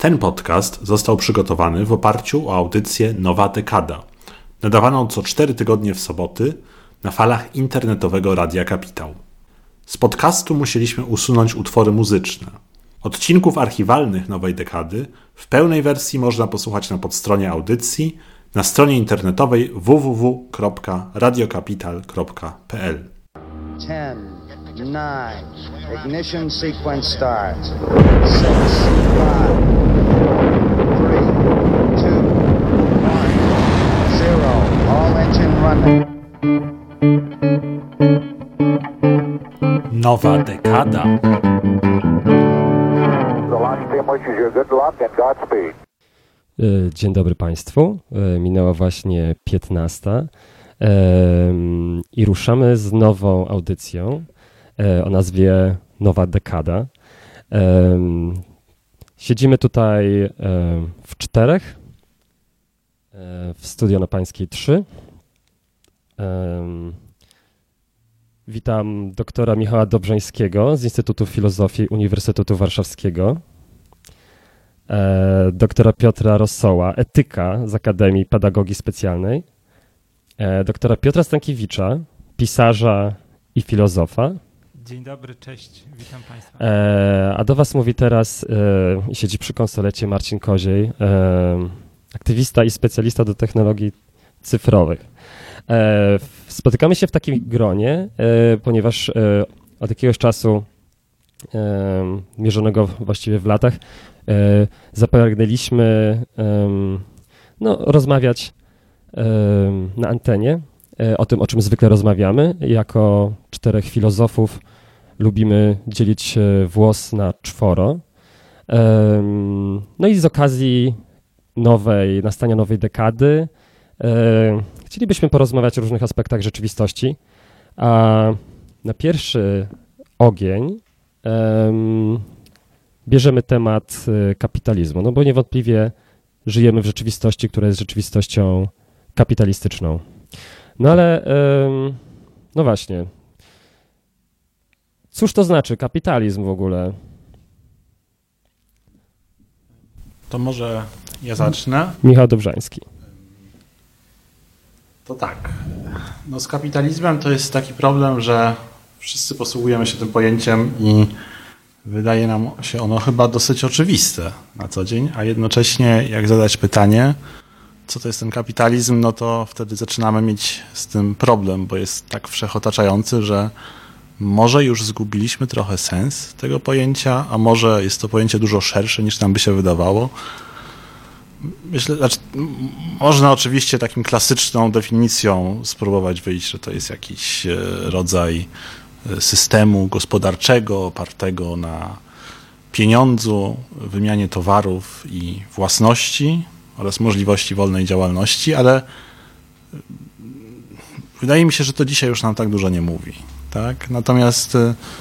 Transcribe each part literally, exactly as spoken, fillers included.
Ten podcast został przygotowany w oparciu o audycję Nowa Dekada, nadawaną co cztery tygodnie w soboty na falach internetowego Radia Kapitał. Z podcastu musieliśmy usunąć utwory muzyczne. Odcinków archiwalnych Nowej Dekady w pełnej wersji można posłuchać na podstronie audycji na stronie internetowej w w w kropka radiokapital kropka p l. ten, nine, ignition sequence starts. six, five, three, two, one, zero. All engine running. Nowa Dekada. Dzień dobry Państwu. Minęła właśnie piętnasta i ruszamy z nową audycją o nazwie Nowa Dekada. Siedzimy tutaj w czterech w studio na Pańskiej trzy. Witam doktora Michała Dobrzańskiego z Instytutu Filozofii Uniwersytetu Warszawskiego, doktora Piotra Rossoła, etyka z Akademii Pedagogii Specjalnej, doktora Piotra Stankiewicza, pisarza i filozofa. Dzień dobry, cześć, witam Państwa. A do Was mówi teraz, siedzi przy konsolecie, Marcin Koziej, aktywista i specjalista do technologii cyfrowych. Spotykamy się w takim gronie, ponieważ od jakiegoś czasu, mierzonego właściwie w latach, zapragnęliśmy no, rozmawiać na antenie o tym, o czym zwykle rozmawiamy. Jako czterech filozofów lubimy dzielić włos na czworo. No i z okazji nowej, nastania nowej dekady chcielibyśmy porozmawiać o różnych aspektach rzeczywistości, a na pierwszy ogień um, bierzemy temat kapitalizmu, no bo niewątpliwie żyjemy w rzeczywistości, która jest rzeczywistością kapitalistyczną. No ale, um, no właśnie, cóż to znaczy kapitalizm w ogóle? To może ja zacznę. Michał Dobrzański. To tak. No z kapitalizmem to jest taki problem, że wszyscy posługujemy się tym pojęciem i wydaje nam się ono chyba dosyć oczywiste na co dzień, a jednocześnie jak zadać pytanie, co to jest ten kapitalizm, no to wtedy zaczynamy mieć z tym problem, bo jest tak wszechotaczający, że może już zgubiliśmy trochę sens tego pojęcia, a może jest to pojęcie dużo szersze niż nam by się wydawało. Myślę, znaczy, można oczywiście takim klasyczną definicją spróbować wyjść, że to jest jakiś rodzaj systemu gospodarczego opartego na pieniądzu, wymianie towarów i własności oraz możliwości wolnej działalności, ale wydaje mi się, że to dzisiaj już nam tak dużo nie mówi. Tak? Natomiast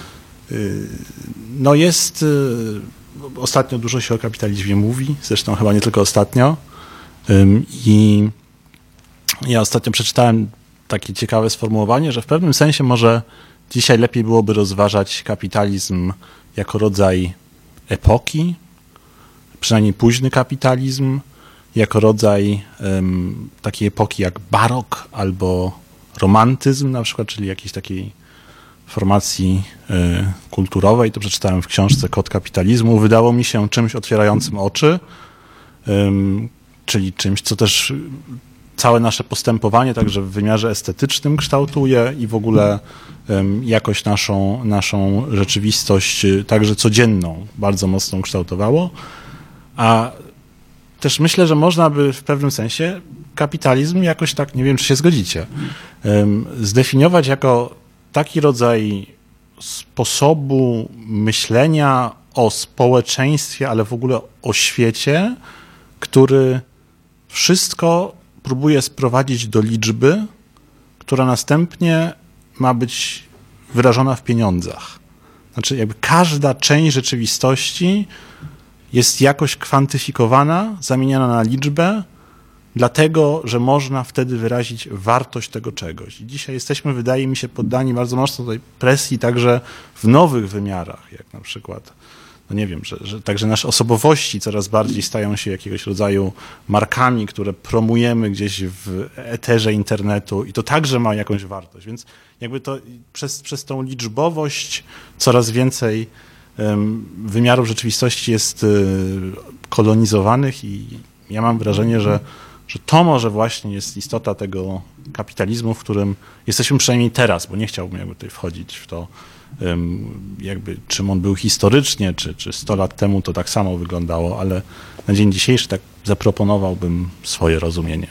no jest... Ostatnio dużo się o kapitalizmie mówi, zresztą chyba nie tylko ostatnio. I ja ostatnio przeczytałem takie ciekawe sformułowanie, że w pewnym sensie może dzisiaj lepiej byłoby rozważać kapitalizm jako rodzaj epoki, przynajmniej późny kapitalizm, jako rodzaj um, takiej epoki jak barok albo romantyzm na przykład, czyli jakiejś takiej formacji y, kulturowej. To przeczytałem w książce Kod kapitalizmu. Wydało mi się czymś otwierającym oczy, ym, czyli czymś, co też całe nasze postępowanie także w wymiarze estetycznym kształtuje i w ogóle ym, jakoś naszą, naszą rzeczywistość, y, także codzienną, bardzo mocno kształtowało. A też myślę, że można by w pewnym sensie kapitalizm jakoś tak, nie wiem, czy się zgodzicie, ym, zdefiniować jako taki rodzaj sposobu myślenia o społeczeństwie, ale w ogóle o świecie, który wszystko próbuje sprowadzić do liczby, która następnie ma być wyrażona w pieniądzach. Znaczy jakby każda część rzeczywistości jest jakoś kwantyfikowana, zamieniana na liczbę, dlatego, że można wtedy wyrazić wartość tego czegoś. I dzisiaj jesteśmy, wydaje mi się, poddani bardzo mocno tej presji także w nowych wymiarach, jak na przykład no nie wiem, że, że także nasze osobowości coraz bardziej stają się jakiegoś rodzaju markami, które promujemy gdzieś w eterze internetu i to także ma jakąś wartość, więc jakby to przez, przez tą liczbowość coraz więcej um, wymiarów rzeczywistości jest y, kolonizowanych i ja mam wrażenie, że, że to może właśnie jest istota tego kapitalizmu, w którym jesteśmy przynajmniej teraz, bo nie chciałbym jakby tutaj wchodzić w to, jakby czym on był historycznie, czy, czy sto lat temu to tak samo wyglądało, ale na dzień dzisiejszy tak zaproponowałbym swoje rozumienie.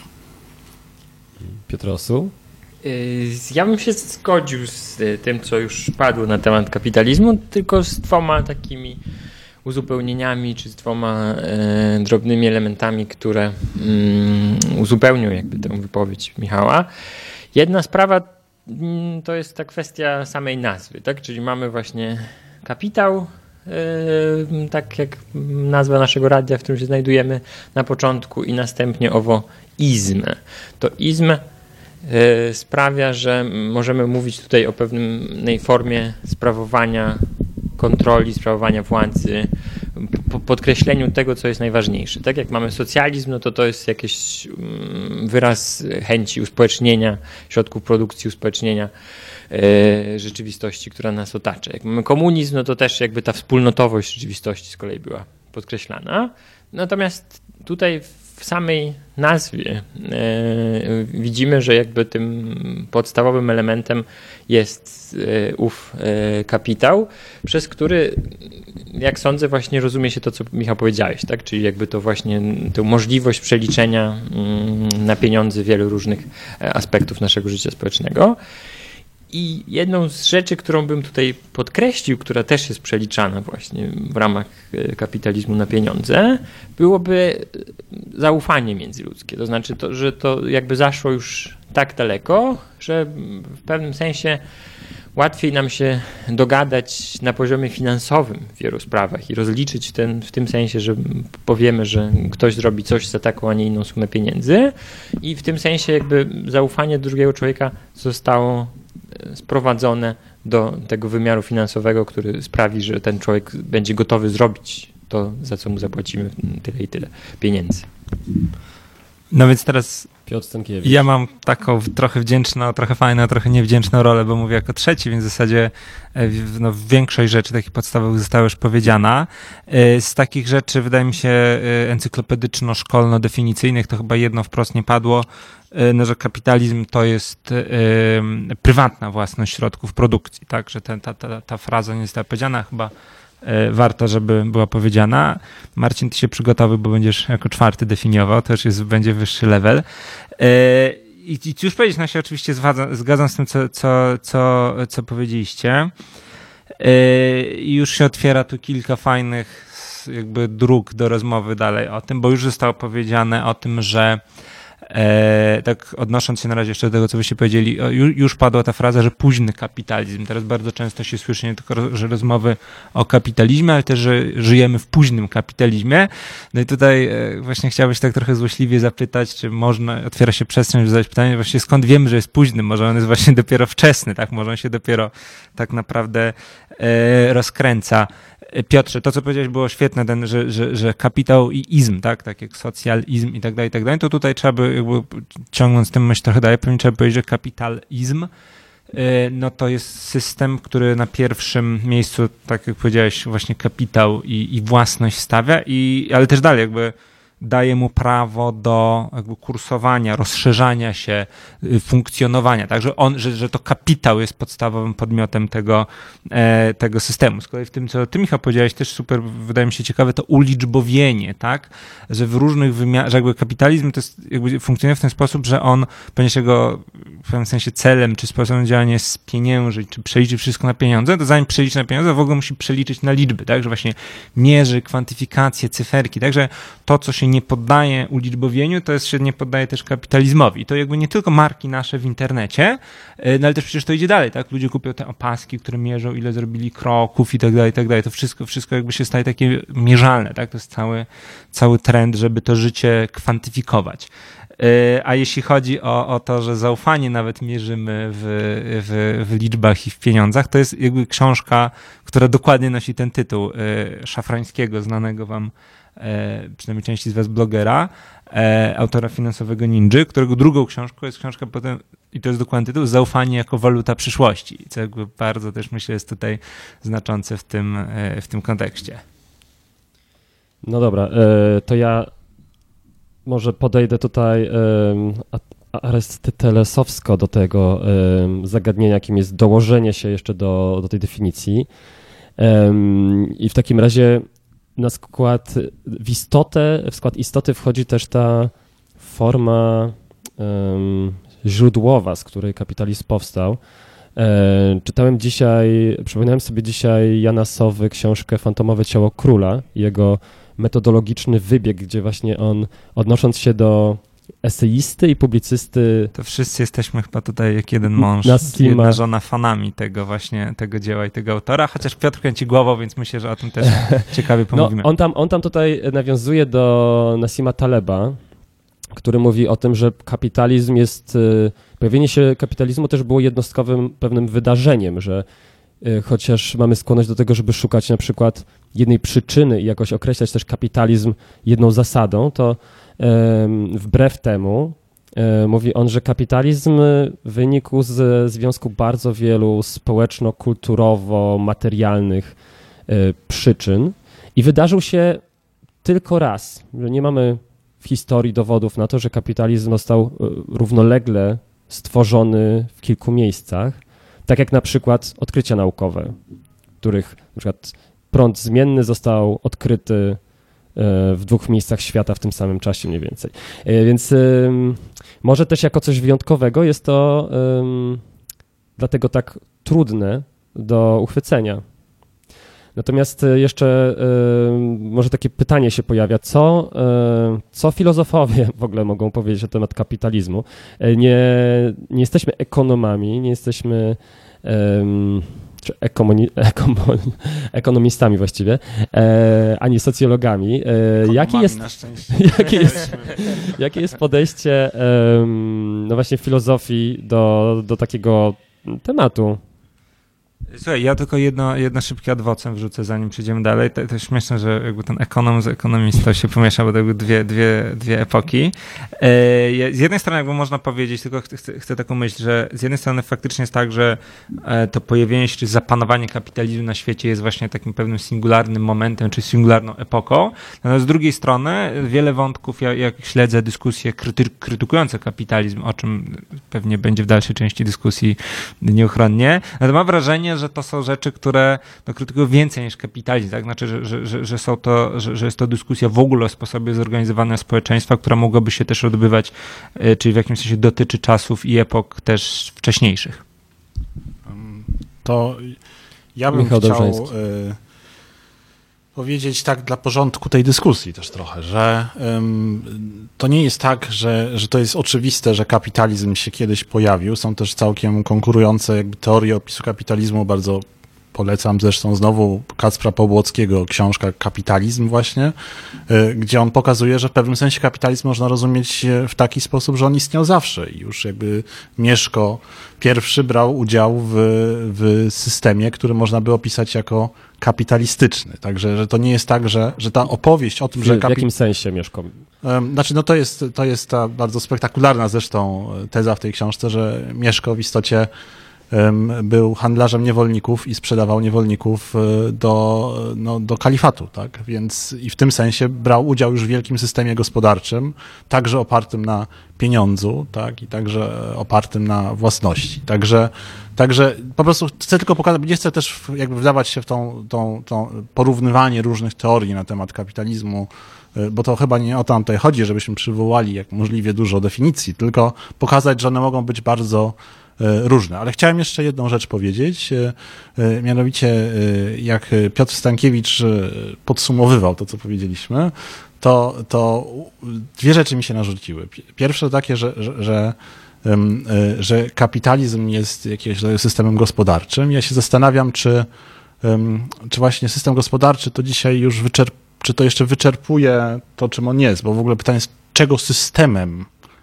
Piotrosu? Ja bym się zgodził z tym, co już padło na temat kapitalizmu, tylko z dwoma takimi uzupełnieniami, czy z dwoma e, drobnymi elementami, które mm, uzupełnią jakby tę wypowiedź Michała. Jedna sprawa mm, to jest ta kwestia samej nazwy, tak? Czyli mamy właśnie kapitał, e, tak jak nazwa naszego radia, w którym się znajdujemy na początku i następnie owo izm. To izm e, sprawia, że możemy mówić tutaj o pewnej formie sprawowania kontroli, sprawowania władzy, po podkreśleniu tego, co jest najważniejsze. Tak jak mamy socjalizm, no to to jest jakiś wyraz chęci uspołecznienia, środków produkcji, uspołecznienia e, rzeczywistości, która nas otacza. Jak mamy komunizm, no to też jakby ta wspólnotowość rzeczywistości z kolei była podkreślana. Natomiast tutaj w samej nazwie e, widzimy, że jakby tym podstawowym elementem jest e, ów e, kapitał, przez który, jak sądzę, właśnie rozumie się to, co Michał powiedziałeś, tak? Czyli jakby to właśnie tę możliwość przeliczenia mm, na pieniądze wielu różnych aspektów naszego życia społecznego. I jedną z rzeczy, którą bym tutaj podkreślił, która też jest przeliczana właśnie w ramach kapitalizmu na pieniądze, byłoby zaufanie międzyludzkie. To znaczy, to, że to jakby zaszło już tak daleko, że w pewnym sensie łatwiej nam się dogadać na poziomie finansowym w wielu sprawach i rozliczyć ten, w tym sensie, że powiemy, że ktoś zrobi coś za taką, a nie inną sumę pieniędzy i w tym sensie jakby zaufanie do drugiego człowieka zostało sprowadzone do tego wymiaru finansowego, który sprawi, że ten człowiek będzie gotowy zrobić to, za co mu zapłacimy tyle i tyle pieniędzy. No więc teraz Piotr Stankiewicz. ja mam taką trochę wdzięczną, trochę fajną, trochę niewdzięczną rolę, bo mówię jako trzeci, więc w zasadzie no, większość rzeczy takich podstawowych została już powiedziana. Z takich rzeczy, wydaje mi się, encyklopedyczno-szkolno-definicyjnych to chyba jedno wprost nie padło, no, że kapitalizm to jest y, prywatna własność środków produkcji, tak, że ten, ta, ta, ta fraza nie została powiedziana, chyba y, warto, żeby była powiedziana. Marcin, ty się przygotowuj, bo będziesz jako czwarty definiował, to już jest, będzie wyższy level. Y, I, i już powiedzieć, no się oczywiście zgadzam, zgadzam z tym, co, co, co, co powiedzieliście. Y, I już się otwiera tu kilka fajnych jakby dróg do rozmowy dalej o tym, bo już zostało powiedziane o tym, że E, tak odnosząc się na razie jeszcze do tego, co wyście powiedzieli, już, już padła ta fraza, że późny kapitalizm. Teraz bardzo często się słyszy nie tylko, że rozmowy o kapitalizmie, ale też, że żyjemy w późnym kapitalizmie. No i tutaj e, właśnie chciałbym się tak trochę złośliwie zapytać, czy można, otwiera się przestrzeń, żeby zadać pytanie, właśnie skąd wiemy, że jest późny? Może on jest właśnie dopiero wczesny, tak? Może on się dopiero tak naprawdę e, rozkręca. Piotrze, to co powiedziałeś było świetne, ten, że, że, że kapitał i izm, tak, tak jak socjalizm i tak dalej, i tak dalej, to tutaj trzeba by, jakby ciągnąc tym myśl trochę dalej, pewnie trzeba powiedzieć, że kapitalizm, no to jest system, który na pierwszym miejscu, tak jak powiedziałeś, właśnie kapitał i, i własność stawia, i, ale też dalej jakby daje mu prawo do jakby kursowania, rozszerzania się, funkcjonowania. Także on, że, że to kapitał jest podstawowym podmiotem tego, e, tego systemu. Z kolei w tym, co ty, Michał, powiedziałeś, też super, wydaje mi się ciekawe, to uliczbowienie, tak? Że w różnych wymiarach, że jakby kapitalizm to jest, jakby funkcjonuje w ten sposób, że on, ponieważ jego w pewnym sensie celem czy sposobem działania jest spieniężyć, czy przeliczyć wszystko na pieniądze, to zanim przeliczy na pieniądze, w ogóle musi przeliczyć na liczby, tak? Że właśnie mierzy kwantyfikacje, cyferki. Także to, co się nie poddaje uliczbowieniu, to jest, się nie poddaje też kapitalizmowi. I to jakby nie tylko marki nasze w internecie, no ale też przecież to idzie dalej, tak? Ludzie kupią te opaski, które mierzą, ile zrobili kroków i tak dalej, i tak dalej. To wszystko, wszystko jakby się staje takie mierzalne, tak? To jest cały, cały trend, żeby to życie kwantyfikować. A jeśli chodzi o, o to, że zaufanie nawet mierzymy w, w, w liczbach i w pieniądzach, to jest jakby książka, która dokładnie nosi ten tytuł Szafrańskiego, znanego wam, przynajmniej części z was blogera, autora Finansowego Ninży, którego drugą książką jest książka potem, i to jest dokładny tytuł, Zaufanie jako waluta przyszłości, co jakby bardzo też myślę jest tutaj znaczące w tym, w tym kontekście. No dobra, to ja może podejdę tutaj arystotelesowsko do tego zagadnienia, jakim jest dołożenie się jeszcze do, do tej definicji. I w takim razie na skład w istotę, w skład istoty wchodzi też ta forma um, źródłowa, z której kapitalizm powstał. E, czytałem dzisiaj, przypominałem sobie dzisiaj Jana Sowy książkę Fantomowe ciało króla, jego metodologiczny wybieg, gdzie właśnie on, odnosząc się do eseisty i publicysty... To wszyscy jesteśmy chyba tutaj jak jeden mąż, Nassima, jedna żona fanami tego właśnie, tego dzieła i tego autora, chociaż Piotr kręci głową, więc myślę, że o tym też ciekawie pomówimy. No, on, tam, on tam tutaj nawiązuje do Nassima Taleba, który mówi o tym, że kapitalizm jest... Pojawienie się kapitalizmu też było jednostkowym pewnym wydarzeniem, że chociaż mamy skłonność do tego, żeby szukać na przykład jednej przyczyny i jakoś określać też kapitalizm jedną zasadą, to wbrew temu mówi on, że kapitalizm wynikł z związku bardzo wielu społeczno-kulturowo-materialnych przyczyn i wydarzył się tylko raz. Nie mamy w historii dowodów na to, że kapitalizm został równolegle stworzony w kilku miejscach, tak jak na przykład odkrycia naukowe, których na przykład prąd zmienny został odkryty w dwóch miejscach świata w tym samym czasie mniej więcej. Więc może też jako coś wyjątkowego jest to dlatego tak trudne do uchwycenia. Natomiast jeszcze może takie pytanie się pojawia, co, co filozofowie w ogóle mogą powiedzieć na temat kapitalizmu? Nie, nie jesteśmy ekonomami, nie jesteśmy czy ekomoni, ekomoni, ekonomistami właściwie, ani socjologami. Jakie jest, jakie jest, jakie jest podejście no właśnie filozofii do, do takiego tematu? Słuchaj, ja tylko jedno, jedno szybkie adwocem wrzucę, zanim przejdziemy dalej. To, to jest śmieszne, że jakby ten ekonom z ekonomistą się pomieszał, bo to jakby dwie, dwie, dwie epoki. Z jednej strony jakby można powiedzieć, tylko chcę, chcę taką myśl, że z jednej strony faktycznie jest tak, że to pojawienie się, czy zapanowanie kapitalizmu na świecie jest właśnie takim pewnym singularnym momentem, czy singularną epoką. Natomiast z drugiej strony wiele wątków, ja, jak śledzę dyskusje kryty, krytykujące kapitalizm, o czym pewnie będzie w dalszej części dyskusji nieuchronnie, no to mam wrażenie, że to są rzeczy, które no, krytykują więcej niż kapitalizm, tak? Znaczy, że, że, że, że są to, że, że jest to dyskusja w ogóle o sposobie zorganizowania społeczeństwa, która mogłaby się też odbywać, czyli w jakimś sensie dotyczy czasów i epok też wcześniejszych. To ja bym Michał chciał y, powiedzieć tak dla porządku tej dyskusji też trochę, że ym, to nie jest tak, że, że to jest oczywiste, że kapitalizm się kiedyś pojawił. Są też całkiem konkurujące jakby teorie opisu kapitalizmu. Bardzo polecam zresztą znowu Kacpra Pobłockiego książka Kapitalizm właśnie, y, gdzie on pokazuje, że w pewnym sensie kapitalizm można rozumieć w taki sposób, że on istniał zawsze i już jakby Mieszko pierwszy brał udział w, w systemie, który można by opisać jako kapitalistyczny. Także że to nie jest tak, że, że ta opowieść o tym, w, że... W kapi... jakim sensie, Mieszko? Znaczy, no to jest, to jest ta bardzo spektakularna zresztą teza w tej książce, że Mieszko w istocie był handlarzem niewolników i sprzedawał niewolników do, no, do kalifatu, tak? Więc i w tym sensie brał udział już w wielkim systemie gospodarczym, także opartym na pieniądzu, tak? I także opartym na własności. Także, także po prostu chcę tylko pokazać, nie chcę też jakby wdawać się w tą, tą, tą porównywanie różnych teorii na temat kapitalizmu, bo to chyba nie o to nam tutaj chodzi, żebyśmy przywołali jak możliwie dużo definicji, tylko pokazać, że one mogą być bardzo różne. Ale chciałem jeszcze jedną rzecz powiedzieć, mianowicie jak Piotr Stankiewicz podsumowywał to, co powiedzieliśmy, to, to dwie rzeczy mi się narzuciły. Pierwsze takie, że, że, że, że kapitalizm jest jakimś systemem gospodarczym. Ja się zastanawiam, czy, czy właśnie system gospodarczy to dzisiaj już wyczerpuje, czy to jeszcze wyczerpuje to, czym on jest, bo w ogóle pytanie jest, czego systemem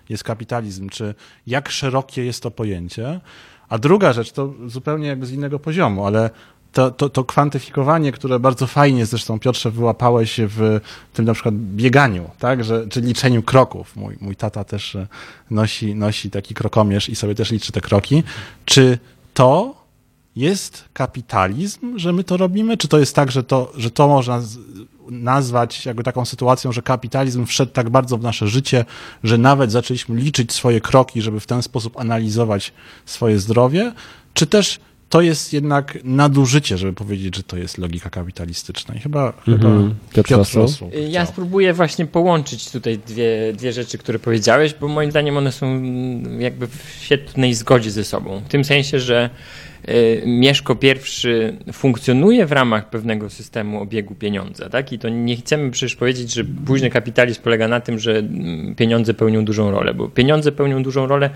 jest kapitalizm, czy jak szerokie jest to pojęcie. A druga rzecz, to zupełnie jakby z innego poziomu, ale to, to, to kwantyfikowanie, które bardzo fajnie zresztą, Piotrze, wyłapałeś w tym na przykład bieganiu, tak, że, czy liczeniu kroków. Mój, mój tata też nosi, nosi taki krokomierz i sobie też liczy te kroki. Czy to jest kapitalizm, że my to robimy? Czy to jest tak, że to, że to można nazwać jakby taką sytuacją, że kapitalizm wszedł tak bardzo w nasze życie, że nawet zaczęliśmy liczyć swoje kroki, żeby w ten sposób analizować swoje zdrowie? Czy też to jest jednak nadużycie, żeby powiedzieć, że to jest logika kapitalistyczna? I chyba, Mm-hmm. chyba Piotr Piotr Rosół. Rosół Ja chciał. spróbuję właśnie połączyć tutaj dwie, dwie rzeczy, które powiedziałeś, bo moim zdaniem one są jakby w świetnej zgodzie ze sobą. W tym sensie, że y, Mieszko pierwszy funkcjonuje w ramach pewnego systemu obiegu pieniądza, tak? I to nie chcemy przecież powiedzieć, że późny kapitalizm polega na tym, że pieniądze pełnią dużą rolę, bo pieniądze pełnią dużą rolę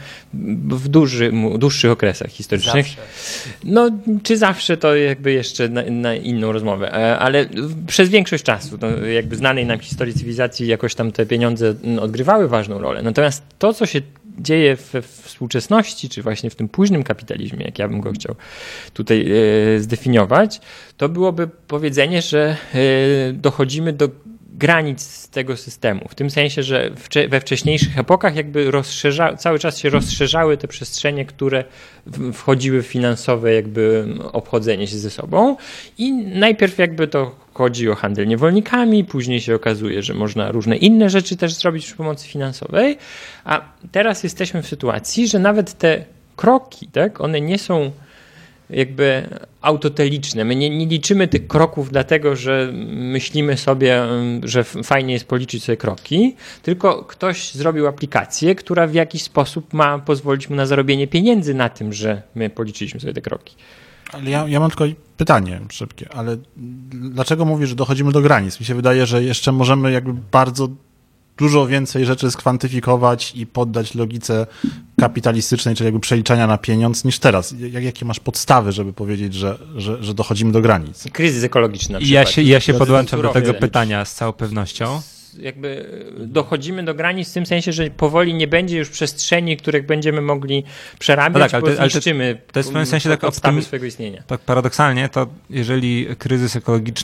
w dużym, dłuższych okresach historycznych. Zawsze. No, czy zawsze, to jakby jeszcze na, na inną rozmowę, E, ale przez większość czasu, to jakby znanej nam historii cywilizacji, jakoś tam te pieniądze odgrywały ważną rolę. Natomiast to, co się dzieje we współczesności, czy właśnie w tym późnym kapitalizmie, jak ja bym go chciał tutaj e, zdefiniować, to byłoby powiedzenie, że e, dochodzimy do granic tego systemu. W tym sensie, że wcze- we wcześniejszych epokach jakby rozszerza- cały czas się rozszerzały te przestrzenie, które w- wchodziły w finansowe jakby obchodzenie się ze sobą i najpierw jakby to chodzi o handel niewolnikami, później się okazuje, że można różne inne rzeczy też zrobić przy pomocy finansowej, a teraz jesteśmy w sytuacji, że nawet te kroki, tak, one nie są jakby autoteliczne. My nie, nie liczymy tych kroków dlatego, że myślimy sobie, że fajnie jest policzyć sobie kroki, tylko ktoś zrobił aplikację, która w jakiś sposób ma pozwolić mu na zarobienie pieniędzy na tym, że my policzyliśmy sobie te kroki. Ale ja, ja mam tylko pytanie szybkie, ale dlaczego mówisz, że dochodzimy do granic? Mi się wydaje, że jeszcze możemy jakby bardzo dużo więcej rzeczy skwantyfikować i poddać logice kapitalistycznej, czyli jakby przeliczania na pieniądz niż teraz. Jak, jakie masz podstawy, żeby powiedzieć, że, że, że dochodzimy do granic? Kryzys ekologiczny na I przykład. ja się, ja się podłączam do Surowy. tego pytania z całą pewnością. Jakby dochodzimy do granic w tym sensie, że powoli nie będzie już przestrzeni, których będziemy mogli przerabiać, No tak, ale bo to- ale to- zniszczymy to jest w pewnym sensie tak podstawy optymi- swojego istnienia. Tak paradoksalnie, to jeżeli kryzys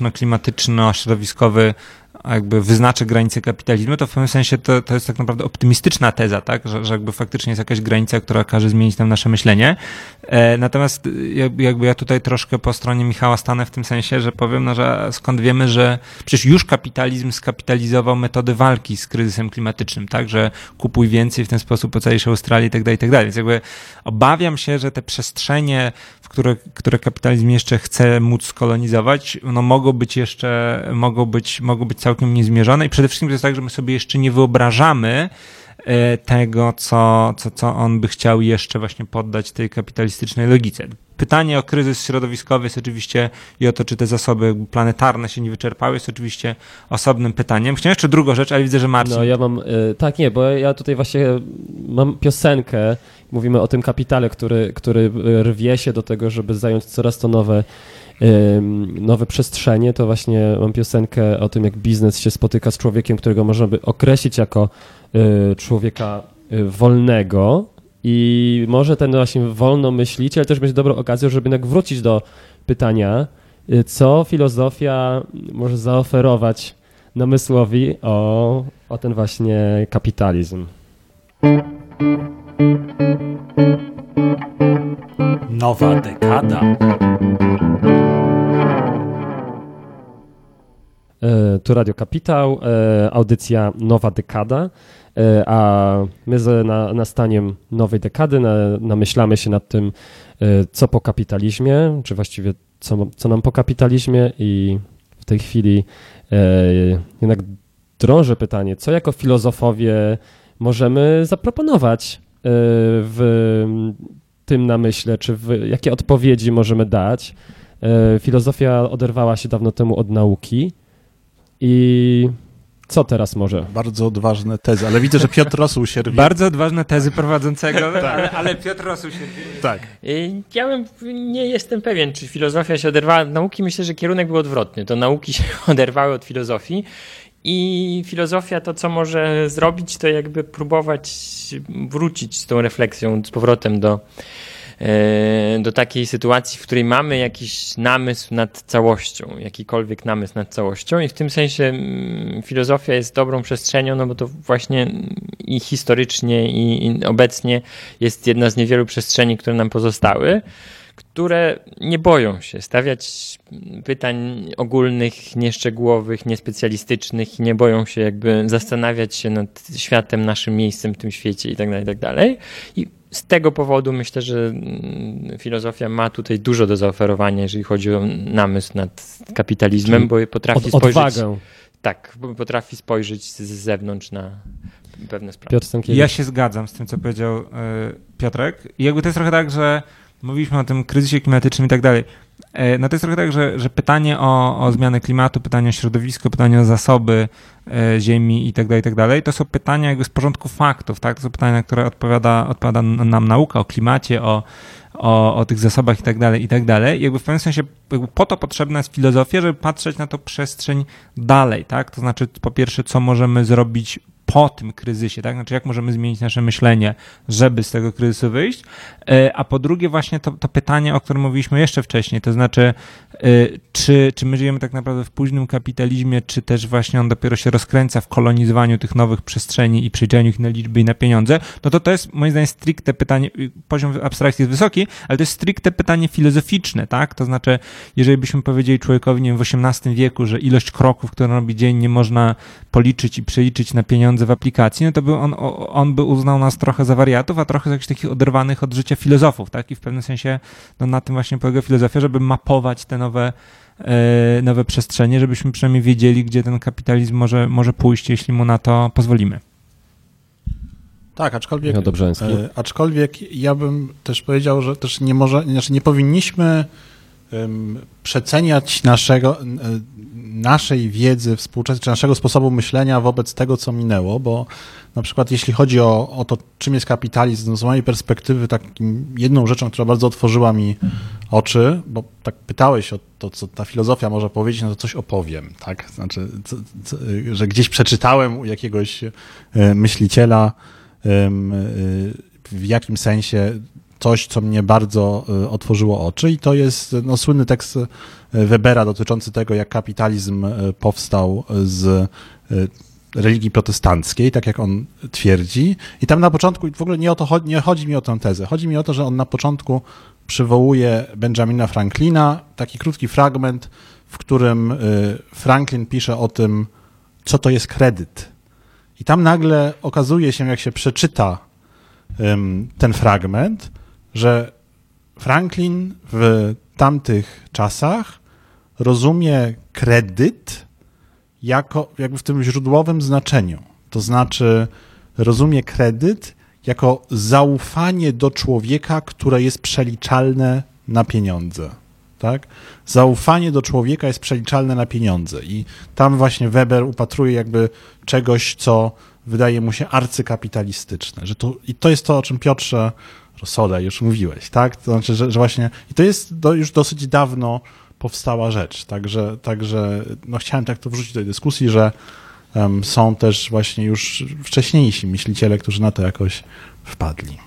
ekologiczno-klimatyczno-środowiskowy jakby wyznaczy granice kapitalizmu, to w pewnym sensie to, to jest tak naprawdę optymistyczna teza, tak? Że, że jakby faktycznie jest jakaś granica, która każe zmienić tam nasze myślenie. E, natomiast jakby, jakby ja tutaj troszkę po stronie Michała stanę w tym sensie, że powiem, no, że skąd wiemy, że przecież już kapitalizm skapitalizował metody walki z kryzysem klimatycznym, tak? Że kupuj więcej, w ten sposób ocalisz Australię i tak dalej, i tak dalej. Więc jakby obawiam się, że te przestrzenie, w które, które kapitalizm jeszcze chce móc skolonizować, no mogą być jeszcze, mogą być, mogą być całkiem niezmierzone i przede wszystkim to jest tak, że my sobie jeszcze nie wyobrażamy e, tego, co, co, co on by chciał jeszcze właśnie poddać tej kapitalistycznej logice. Pytanie o kryzys środowiskowy jest oczywiście i o to, czy te zasoby planetarne się nie wyczerpały, jest oczywiście osobnym pytaniem. Chciałem jeszcze drugą rzecz, ale widzę, że Marcin... No ja mam, y, tak nie, bo ja tutaj właśnie mam piosenkę, mówimy o tym kapitale, który, który rwie się do tego, żeby zająć coraz to nowe, y, nowe przestrzenie, to właśnie mam piosenkę o tym, jak biznes się spotyka z człowiekiem, którego można by określić jako y, człowieka y, wolnego i może ten właśnie wolnomyśliciel też będzie dobrą okazją, żeby jednak wrócić do pytania, y, co filozofia może zaoferować namysłowi o, o ten właśnie kapitalizm. Nowa dekada. E, Tu Radio Kapitał, e, audycja Nowa Dekada, e, a my z na, nastaniem nowej dekady na, namyślamy się nad tym, e, co po kapitalizmie, czy właściwie co, co nam po kapitalizmie i w tej chwili e, jednak drążę pytanie, co jako filozofowie możemy zaproponować e, w tym namyśle, czy w, jakie odpowiedzi możemy dać. E, Filozofia oderwała się dawno temu od nauki i co teraz może? Bardzo odważne tezy, ale widzę, że Piotr Rosół się rwie. Bardzo odważne tezy prowadzącego, ale, ale Piotr Rosół się... Tak. Y, Ja bym, nie jestem pewien, czy filozofia się oderwała od nauki. Myślę, że kierunek był odwrotny. To nauki się oderwały od filozofii I filozofia to, co może zrobić, to jakby próbować wrócić z tą refleksją z powrotem do, do takiej sytuacji, w której mamy jakiś namysł nad całością, jakikolwiek namysł nad całością i w tym sensie filozofia jest dobrą przestrzenią, no bo to właśnie i historycznie i, i obecnie jest jedna z niewielu przestrzeni, które nam pozostały, które nie boją się stawiać pytań ogólnych, nieszczegółowych, niespecjalistycznych i nie boją się jakby zastanawiać się nad światem, naszym miejscem w tym świecie i tak dalej, i tak dalej. I z tego powodu myślę, że filozofia ma tutaj dużo do zaoferowania, jeżeli chodzi o namysł nad kapitalizmem, bo potrafi Od, spojrzeć... odwagę. Tak, bo potrafi spojrzeć z zewnątrz na pewne sprawy. Piotr Stankiewicz. Ja się zgadzam z tym, co powiedział y, Piotrek. I jakby to jest trochę tak, że mówiliśmy o tym kryzysie klimatycznym i tak dalej. No to jest trochę tak, że, że pytanie o, o zmianę klimatu, pytanie o środowisko, pytanie o zasoby e, ziemi i tak dalej, i tak dalej, to są pytania jakby z porządku faktów, tak? To są pytania, na które odpowiada, odpowiada nam nauka o klimacie, o, o, o tych zasobach i tak dalej, i tak dalej. I jakby w pewnym sensie jakby po to potrzebna jest filozofia, żeby patrzeć na tą przestrzeń dalej, tak? To znaczy po pierwsze, co możemy zrobić po tym kryzysie, tak? Znaczy jak możemy zmienić nasze myślenie, żeby z tego kryzysu wyjść, a po drugie właśnie to, to pytanie, o którym mówiliśmy jeszcze wcześniej, to znaczy czy, czy my żyjemy tak naprawdę w późnym kapitalizmie, czy też właśnie on dopiero się rozkręca w kolonizowaniu tych nowych przestrzeni i przeliczaniu ich na liczby i na pieniądze, no to to jest moim zdaniem stricte pytanie, poziom abstrakcji jest wysoki, ale to jest stricte pytanie filozoficzne, tak? To znaczy, jeżeli byśmy powiedzieli człowiekowi, nie wiem, w osiemnastym wieku, że ilość kroków, które robi dziennie można policzyć i przeliczyć na pieniądze w aplikacji, no to by on, on by uznał nas trochę za wariatów, a trochę za jakichś takich oderwanych od życia filozofów, tak? I w pewnym sensie no, na tym właśnie polega filozofia, żeby mapować te nowe, e, nowe przestrzenie, żebyśmy przynajmniej wiedzieli, gdzie ten kapitalizm może, może pójść, jeśli mu na to pozwolimy. Tak, aczkolwiek, No Dobrzański. e, aczkolwiek ja bym też powiedział, że też nie może, znaczy nie powinniśmy um, przeceniać naszego, naszej wiedzy współczesnej, czy naszego sposobu myślenia wobec tego, co minęło, bo na przykład jeśli chodzi o, o to, czym jest kapitalizm, z mojej perspektywy takim jedną rzeczą, która bardzo otworzyła mi oczy, bo tak pytałeś o to, co ta filozofia może powiedzieć, no to coś opowiem, tak? Znaczy, co, co, że gdzieś przeczytałem u jakiegoś myśliciela w jakim sensie coś, co mnie bardzo otworzyło oczy i to jest no, słynny tekst Webera dotyczący tego, jak kapitalizm powstał z religii protestanckiej, tak jak on twierdzi. I tam na początku, w ogóle nie o to chodzi, nie chodzi mi o tę tezę, chodzi mi o to, że on na początku przywołuje Benjamina Franklina, taki krótki fragment, w którym Franklin pisze o tym, co to jest kredyt. I tam nagle okazuje się, jak się przeczyta um, ten fragment, że Franklin w tamtych czasach rozumie kredyt jako, jakby w tym źródłowym znaczeniu. To znaczy rozumie kredyt jako zaufanie do człowieka, które jest przeliczalne na pieniądze. Tak? Zaufanie do człowieka jest przeliczalne na pieniądze i tam właśnie Weber upatruje jakby czegoś, co wydaje mu się arcykapitalistyczne. Że to, i to jest to, o czym Piotrze Rosole już mówiłeś, tak? To znaczy, że, że właśnie i to jest do, już dosyć dawno powstała rzecz, także, także no chciałem tak to wrzucić do tej dyskusji, że um, są też właśnie już wcześniejsi myśliciele, którzy na to jakoś wpadli.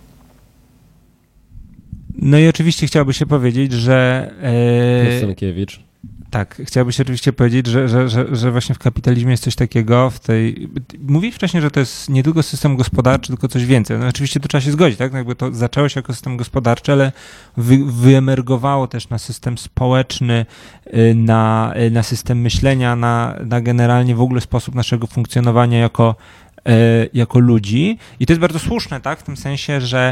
No i oczywiście chciałoby się powiedzieć, że... Piotr Stankiewicz. Tak, chciałoby się oczywiście powiedzieć, że, że, że, że właśnie w kapitalizmie jest coś takiego, w tej... Mówiłeś wcześniej, że to jest nie tylko system gospodarczy, tylko coś więcej. No oczywiście to trzeba się zgodzić, tak? No jakby to zaczęło się jako system gospodarczy, ale wy, wyemergowało też na system społeczny, na, na system myślenia, na, na generalnie w ogóle sposób naszego funkcjonowania jako, jako ludzi. I to jest bardzo słuszne, tak? W tym sensie, że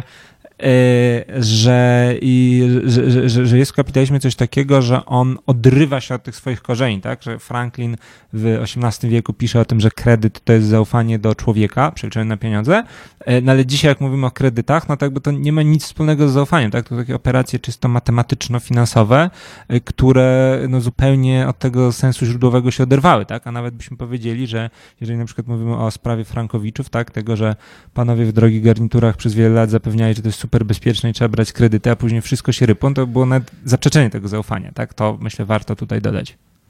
Że, i, że, że, że jest w kapitalizmie coś takiego, że on odrywa się od tych swoich korzeni, tak? Że Franklin w osiemnastym wieku pisze o tym, że kredyt to jest zaufanie do człowieka, przeliczone na pieniądze, no ale dzisiaj jak mówimy o kredytach, no to jakby to nie ma nic wspólnego z zaufaniem, tak? To takie operacje czysto matematyczno-finansowe, które no zupełnie od tego sensu źródłowego się oderwały, tak? A nawet byśmy powiedzieli, że jeżeli na przykład mówimy o sprawie Frankowiczów, tak? Tego, że panowie w drogich garniturach przez wiele lat zapewniali, że to jest super bezpieczne i trzeba brać kredyty, a później wszystko się rypło, to było nawet zaprzeczenie tego zaufania, tak? To myślę warto tutaj dodać.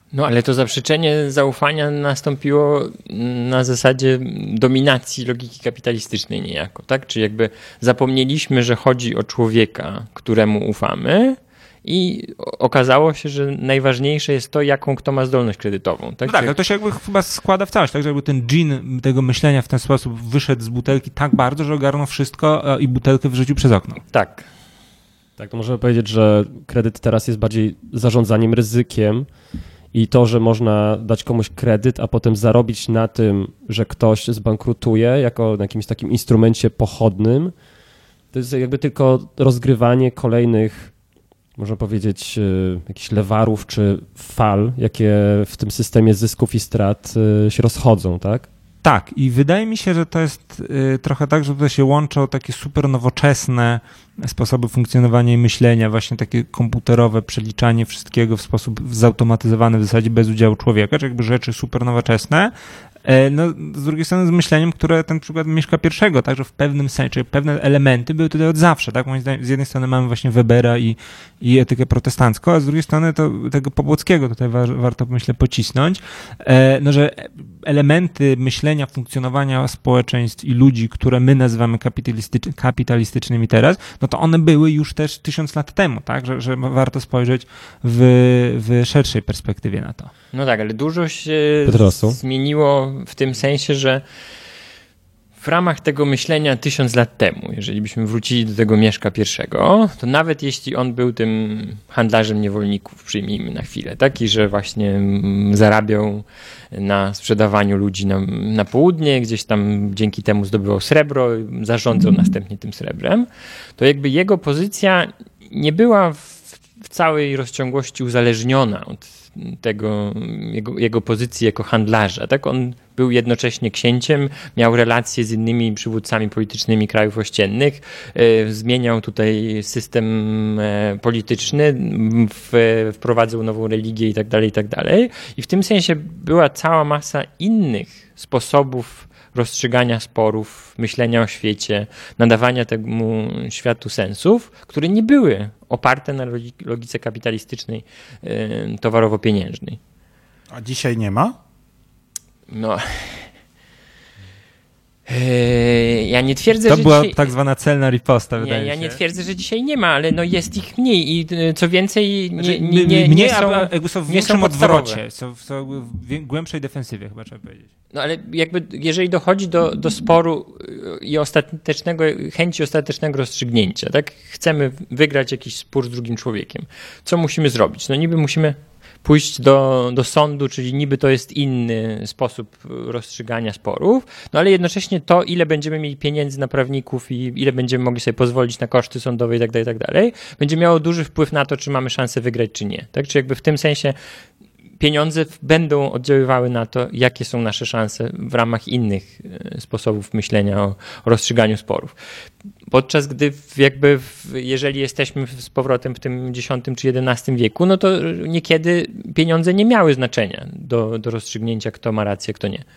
No ale to zaprzeczenie zaufania nastąpiło na zasadzie dominacji logiki kapitalistycznej niejako, tak? Czyli jakby zapomnieliśmy, że chodzi o człowieka, któremu ufamy i okazało się, że najważniejsze jest to, jaką kto ma zdolność kredytową. Tak, no tak, ale to się jakby chyba składa w całość, tak, że jakby ten dżin tego myślenia w ten sposób wyszedł z butelki tak bardzo, że ogarnął wszystko i butelkę wyrzucił przez okno. Tak. Tak, to możemy powiedzieć, że kredyt teraz jest bardziej zarządzaniem ryzykiem i to, że można dać komuś kredyt, a potem zarobić na tym, że ktoś zbankrutuje jako na jakimś takim instrumencie pochodnym, to jest jakby tylko rozgrywanie kolejnych, można powiedzieć, jakichś lewarów czy fal, jakie w tym systemie zysków i strat się rozchodzą, tak? Tak, i wydaje mi się, że to jest y, trochę tak, że tutaj się łączą takie super nowoczesne sposoby funkcjonowania i myślenia, właśnie takie komputerowe przeliczanie wszystkiego w sposób zautomatyzowany w zasadzie bez udziału człowieka, czyli jakby rzeczy super nowoczesne. No, z drugiej strony z myśleniem, które ten przykład Mieszka pierwszego, także w pewnym sensie, czyli pewne elementy były tutaj od zawsze, tak? Moim zdaniem, z jednej strony mamy właśnie Webera i, i etykę protestancką, a z drugiej strony to tego Pobłockiego tutaj wa- warto, myślę, pocisnąć, e, no, że elementy myślenia, funkcjonowania społeczeństw i ludzi, które my nazywamy kapitalistycz- kapitalistycznymi teraz, no to one były już też tysiąc lat temu, tak? Że, że warto spojrzeć w, w szerszej perspektywie na to. No tak, ale dużo się Petrosu. zmieniło w tym sensie, że w ramach tego myślenia tysiąc lat temu, jeżeli byśmy wrócili do tego Mieszka pierwszego, to nawet jeśli on był tym handlarzem niewolników, przyjmijmy na chwilę, taki, że właśnie zarabiał na sprzedawaniu ludzi na, na południe, gdzieś tam dzięki temu zdobywał srebro, zarządzał następnie tym srebrem, to jakby jego pozycja nie była w, w całej rozciągłości uzależniona od tego, jego, jego pozycji jako handlarza. Tak? On był jednocześnie księciem, miał relacje z innymi przywódcami politycznymi krajów ościennych, e, zmieniał tutaj system e, polityczny, w, wprowadzał nową religię i tak dalej, i tak dalej. I w tym sensie była cała masa innych sposobów rozstrzygania sporów, myślenia o świecie, nadawania temu światu sensów, które nie były oparte na logice kapitalistycznej, yy, towarowo-pieniężnej. A dzisiaj nie ma? No... Yy, ja nie twierdzę, to że była dzisiaj... tak zwana celna riposta, wydaje nie, mi ja się. nie twierdzę, że dzisiaj nie ma, ale no jest ich mniej i co więcej nie, Znaczy, nie, nie, mnie, nie są, a, a, są w nie większym są podstawowe. odwrocie, są, są w wie- głębszej defensywie, chyba trzeba powiedzieć. No ale jakby jeżeli dochodzi do, do sporu i ostatecznego, chęci ostatecznego rozstrzygnięcia, tak? Chcemy wygrać jakiś spór z drugim człowiekiem. Co musimy zrobić? No niby musimy pójść do, do sądu, czyli niby to jest inny sposób rozstrzygania sporów, no ale jednocześnie to, ile będziemy mieli pieniędzy na prawników i ile będziemy mogli sobie pozwolić na koszty sądowe i tak dalej, i tak dalej, będzie miało duży wpływ na to, czy mamy szansę wygrać, czy nie. Tak? Czy jakby w tym sensie pieniądze będą oddziaływały na to, jakie są nasze szanse w ramach innych sposobów myślenia o, o rozstrzyganiu sporów. Podczas gdy jakby w, jeżeli jesteśmy z powrotem w tym dziesiątym czy jedenastym wieku, no to niekiedy pieniądze nie miały znaczenia do, do rozstrzygnięcia, kto ma rację, kto nie.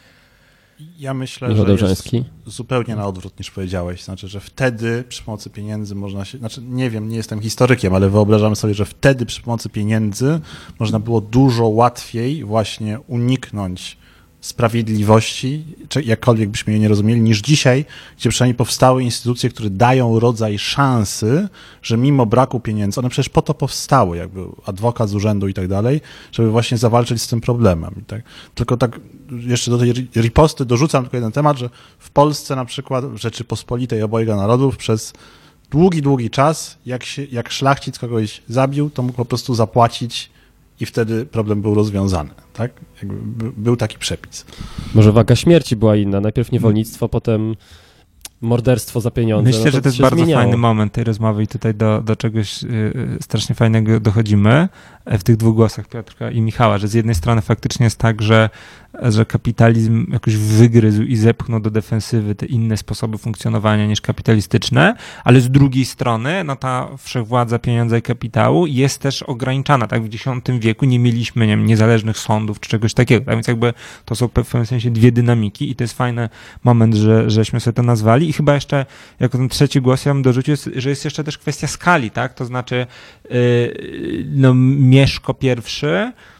Ja myślę, Michał że jest Dobrzański. zupełnie na odwrót niż powiedziałeś. Znaczy, że wtedy przy pomocy pieniędzy można się... Znaczy, nie wiem, nie jestem historykiem, ale wyobrażam sobie, że wtedy przy pomocy pieniędzy można było dużo łatwiej właśnie uniknąć sprawiedliwości, czy jakkolwiek byśmy jej nie rozumieli, niż dzisiaj, gdzie przynajmniej powstały instytucje, które dają rodzaj szansy, że mimo braku pieniędzy, one przecież po to powstały, jakby adwokat z urzędu i tak dalej, żeby właśnie zawalczyć z tym problemem. Tak? Tylko tak jeszcze do tej riposty dorzucam tylko jeden temat, że w Polsce na przykład w Rzeczypospolitej obojga narodów przez długi, długi czas, jak, się, jak szlachcic kogoś zabił, to mógł po prostu zapłacić i wtedy problem był rozwiązany, tak? Jakby był taki przepis. Może waga śmierci była inna. Najpierw niewolnictwo, potem morderstwo za pieniądze. Myślę, no to że to jest się bardzo zmieniało. fajny moment tej rozmowy i tutaj do, do czegoś yy, strasznie fajnego dochodzimy w tych dwóch głosach Piotrka i Michała, że z jednej strony faktycznie jest tak, że, że kapitalizm jakoś wygryzł i zepchnął do defensywy te inne sposoby funkcjonowania niż kapitalistyczne, ale z drugiej strony no ta wszechwładza pieniądza i kapitału jest też ograniczana. Tak? W dziesiątym wieku nie mieliśmy nie wiem, niezależnych sądów czy czegoś takiego. Tak? Więc jakby to są w pewnym sensie dwie dynamiki i to jest fajny moment, że, żeśmy sobie to nazwali. I chyba jeszcze jako ten trzeci głos ja bym dorzucił, że jest jeszcze też kwestia skali, tak? To znaczy yy, no Mieszko pierwszy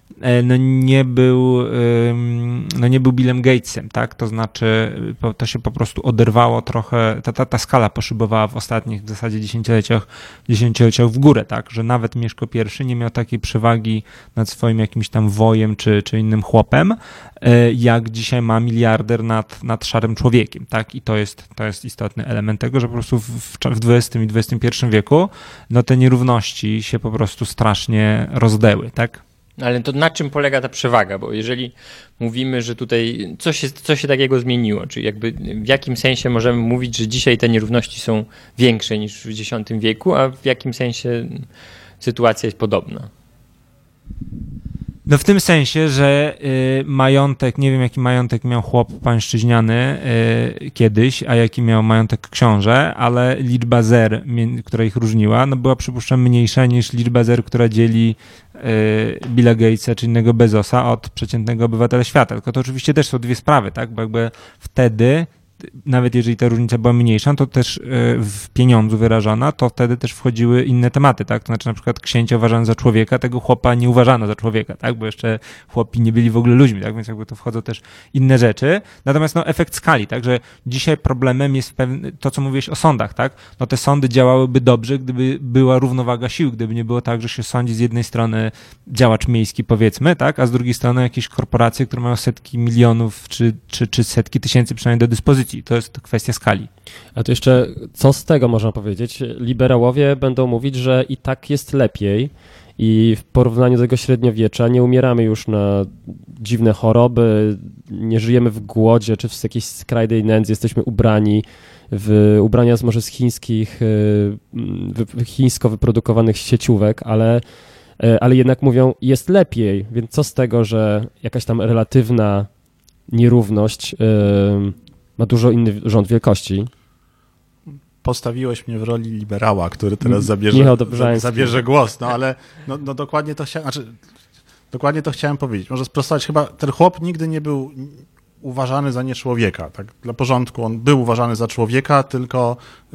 no nie był, no nie był Billem Gatesem, tak? To znaczy to się po prostu oderwało trochę, ta, ta, ta skala poszybowała w ostatnich w zasadzie dziesięcioleciach, dziesięcioleciach w górę, tak? Że nawet Mieszko I nie miał takiej przewagi nad swoim jakimś tam wojem czy, czy innym chłopem, jak dzisiaj ma miliarder nad, nad szarym człowiekiem, tak? I to jest, to jest istotny element tego, że po prostu w, w dwudziestym i dwudziestym pierwszym wieku no te nierówności się po prostu strasznie rozdeły, tak? Ale to na czym polega ta przewaga? Bo jeżeli mówimy, że tutaj coś się, co się takiego zmieniło, czyli jakby w jakim sensie możemy mówić, że dzisiaj te nierówności są większe niż w dziesiątym wieku, a w jakim sensie sytuacja jest podobna? No w tym sensie, że y, majątek, nie wiem jaki majątek miał chłop pańszczyźniany y, kiedyś, a jaki miał majątek książę, ale liczba zer, która ich różniła, no była przypuszczam mniejsza niż liczba zer, która dzieli y, Billa Gatesa czy innego Bezosa od przeciętnego obywatela świata. Tylko to oczywiście też są dwie sprawy, tak? Bo jakby wtedy, nawet jeżeli ta różnica była mniejsza, to też w pieniądzu wyrażona, to wtedy też wchodziły inne tematy, tak? To znaczy na przykład księcia uważano za człowieka, tego chłopa nie uważano za człowieka, tak? Bo jeszcze chłopi nie byli w ogóle ludźmi, tak? Więc jakby to wchodzą też inne rzeczy. Natomiast no efekt skali, tak? Że dzisiaj problemem jest pewne, to, co mówiłeś o sądach, tak? No te sądy działałyby dobrze, gdyby była równowaga sił, gdyby nie było tak, że się sądzi z jednej strony działacz miejski, powiedzmy, tak? A z drugiej strony jakieś korporacje, które mają setki milionów czy, czy, czy setki tysięcy przynajmniej do dyspozycji. To jest kwestia skali. A to jeszcze co z tego można powiedzieć? Liberałowie będą mówić, że i tak jest lepiej i w porównaniu do tego średniowiecza nie umieramy już na dziwne choroby, nie żyjemy w głodzie czy w jakiejś skrajnej nędzy, jesteśmy ubrani w ubrania z może z chińskich, chińsko wyprodukowanych sieciówek, ale, ale jednak mówią, jest lepiej, więc co z tego, że jakaś tam relatywna nierówność ma dużo inny rząd wielkości. Postawiłeś mnie w roli liberała, który teraz zabierze, Michał zabierze głos, no ale no, no dokładnie to chciałem, znaczy, dokładnie to chciałem powiedzieć. Może sprostować, chyba ten chłop nigdy nie był uważany za nieczłowieka, tak dla porządku. On był uważany za człowieka, tylko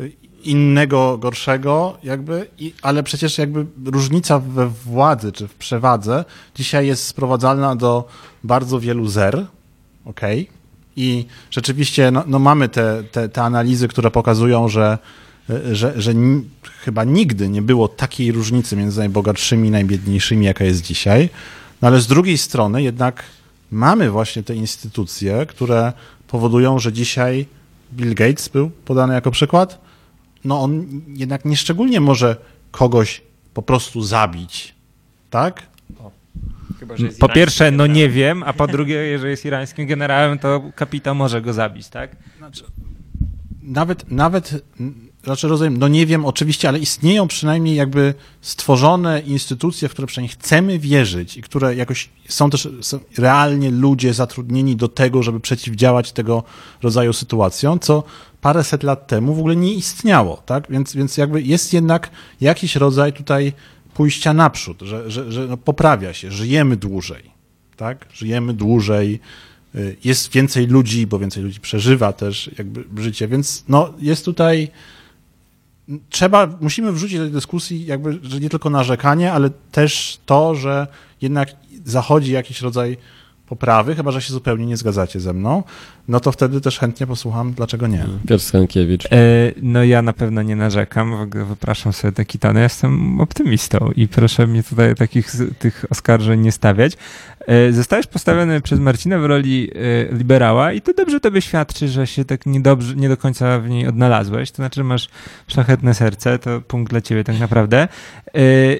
innego, gorszego jakby, i, ale przecież jakby różnica we władzy czy w przewadze dzisiaj jest sprowadzalna do bardzo wielu zer, okej? Okay? I rzeczywiście no, no mamy te, te, te analizy, które pokazują, że, że, że n- chyba nigdy nie było takiej różnicy między najbogatszymi i najbiedniejszymi, jaka jest dzisiaj. No ale z drugiej strony jednak mamy właśnie te instytucje, które powodują, że dzisiaj Bill Gates był podany jako przykład. No on jednak nieszczególnie może kogoś po prostu zabić, tak? Chyba, że jest po pierwsze, no generałem. nie wiem, a po drugie, jeżeli jest irańskim generałem, to kapitał może go zabić, tak? Znaczy, nawet, nawet, znaczy rozumiem, no nie wiem oczywiście, ale istnieją przynajmniej jakby stworzone instytucje, w które przynajmniej chcemy wierzyć i które jakoś są też są realnie ludzie zatrudnieni do tego, żeby przeciwdziałać tego rodzaju sytuacjom, co paręset lat temu w ogóle nie istniało, tak? Więc, więc jakby jest jednak jakiś rodzaj tutaj pójścia naprzód, że, że, że no poprawia się, żyjemy dłużej, tak? Żyjemy dłużej, jest więcej ludzi, bo więcej ludzi przeżywa też jakby życie, więc no jest tutaj, trzeba, musimy wrzucić do tej dyskusji jakby, że nie tylko narzekanie, ale też to, że jednak zachodzi jakiś rodzaj poprawy, chyba że się zupełnie nie zgadzacie ze mną, no to wtedy też chętnie posłucham, dlaczego nie. Piotr Stankiewicz. E, no ja na pewno nie narzekam, w ogóle wypraszam sobie taki ton, ja jestem optymistą i proszę mnie tutaj takich tych oskarżeń nie stawiać. E, zostałeś postawiony przez Marcina w roli e, liberała i to dobrze tobie świadczy, że się tak niedobrze, nie do końca w niej odnalazłeś, to znaczy masz szlachetne serce, to punkt dla ciebie tak naprawdę. E,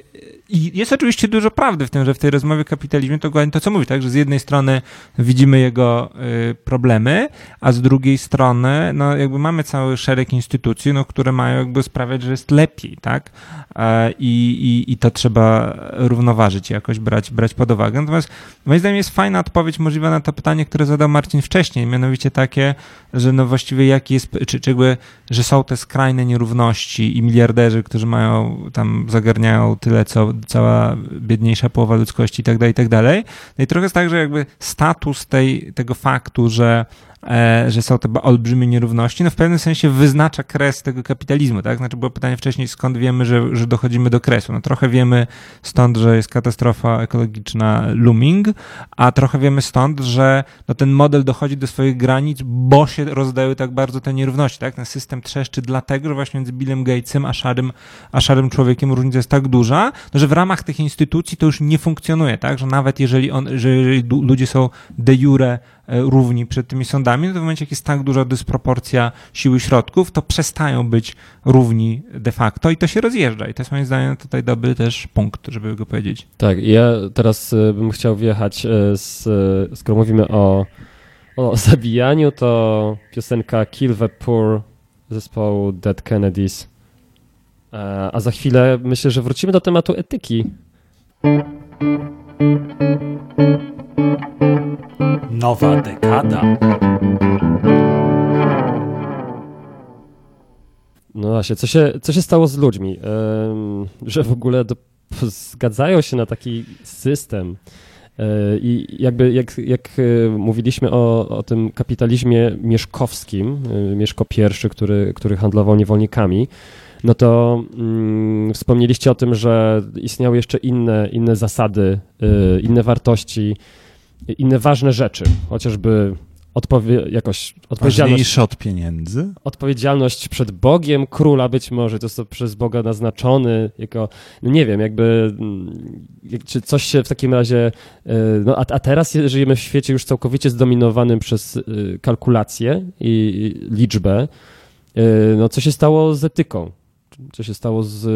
I jest oczywiście dużo prawdy w tym, że w tej rozmowie o kapitalizmie to dokładnie to, co mówi, tak, że z jednej strony widzimy jego y, problemy, a z drugiej strony no jakby mamy cały szereg instytucji, no, które mają jakby sprawiać, że jest lepiej, tak, e, i, i, i to trzeba równoważyć, jakoś brać, brać pod uwagę. Natomiast moim zdaniem jest fajna odpowiedź możliwa na to pytanie, które zadał Marcin wcześniej, mianowicie takie, że no właściwie jaki jest, czy, czy jakby, że są te skrajne nierówności i miliarderzy, którzy mają tam, zagarniają tyle, co cała biedniejsza połowa ludzkości i tak dalej, i tak dalej. No i trochę jest tak, że jakby status tej, tego faktu, że e, że są te olbrzymie nierówności, no w pewnym sensie wyznacza kres tego kapitalizmu, tak? Znaczy było pytanie wcześniej, skąd wiemy, że, że dochodzimy do kresu. No trochę wiemy stąd, że jest katastrofa ekologiczna looming, a trochę wiemy stąd, że no ten model dochodzi do swoich granic, bo się rozdały tak bardzo te nierówności, tak? Ten system trzeszczy dlatego, że właśnie między Billem Gatesem a szarym, a szarym człowiekiem różnica jest tak duża, no, że w ramach tych instytucji to już nie funkcjonuje, tak? Że nawet jeżeli, on, że jeżeli ludzie są de jure równi przed tymi sądami, no to w momencie, jak jest tak duża dysproporcja siły środków, to przestają być równi de facto i to się rozjeżdża. I to jest moim zdaniem tutaj dobry też punkt, żeby go powiedzieć. Tak, ja teraz bym chciał wjechać, z, skoro mówimy o, o zabijaniu, to piosenka Kill the Poor zespołu Dead Kennedys. A za chwilę myślę, że wrócimy do tematu etyki. Nowa dekada. No właśnie, co się, co się stało z ludźmi? Um, że w ogóle do, zgadzają się na taki system. I jakby jak, jak mówiliśmy o, o tym kapitalizmie mieszkowskim, Mieszko I, który, który handlował niewolnikami, no to mm, wspomnieliście o tym, że istniały jeszcze inne, inne zasady, y, inne wartości, inne ważne rzeczy, chociażby odpowie- jakoś odpowiedzialność. Ważniejsze od pieniędzy? Odpowiedzialność przed Bogiem, króla być może, to jest to przez Boga naznaczony, jako, no nie wiem, jakby, czy coś się w takim razie, no a, a teraz żyjemy w świecie już całkowicie zdominowanym przez kalkulację i liczbę. No co się stało z etyką? Co się stało z...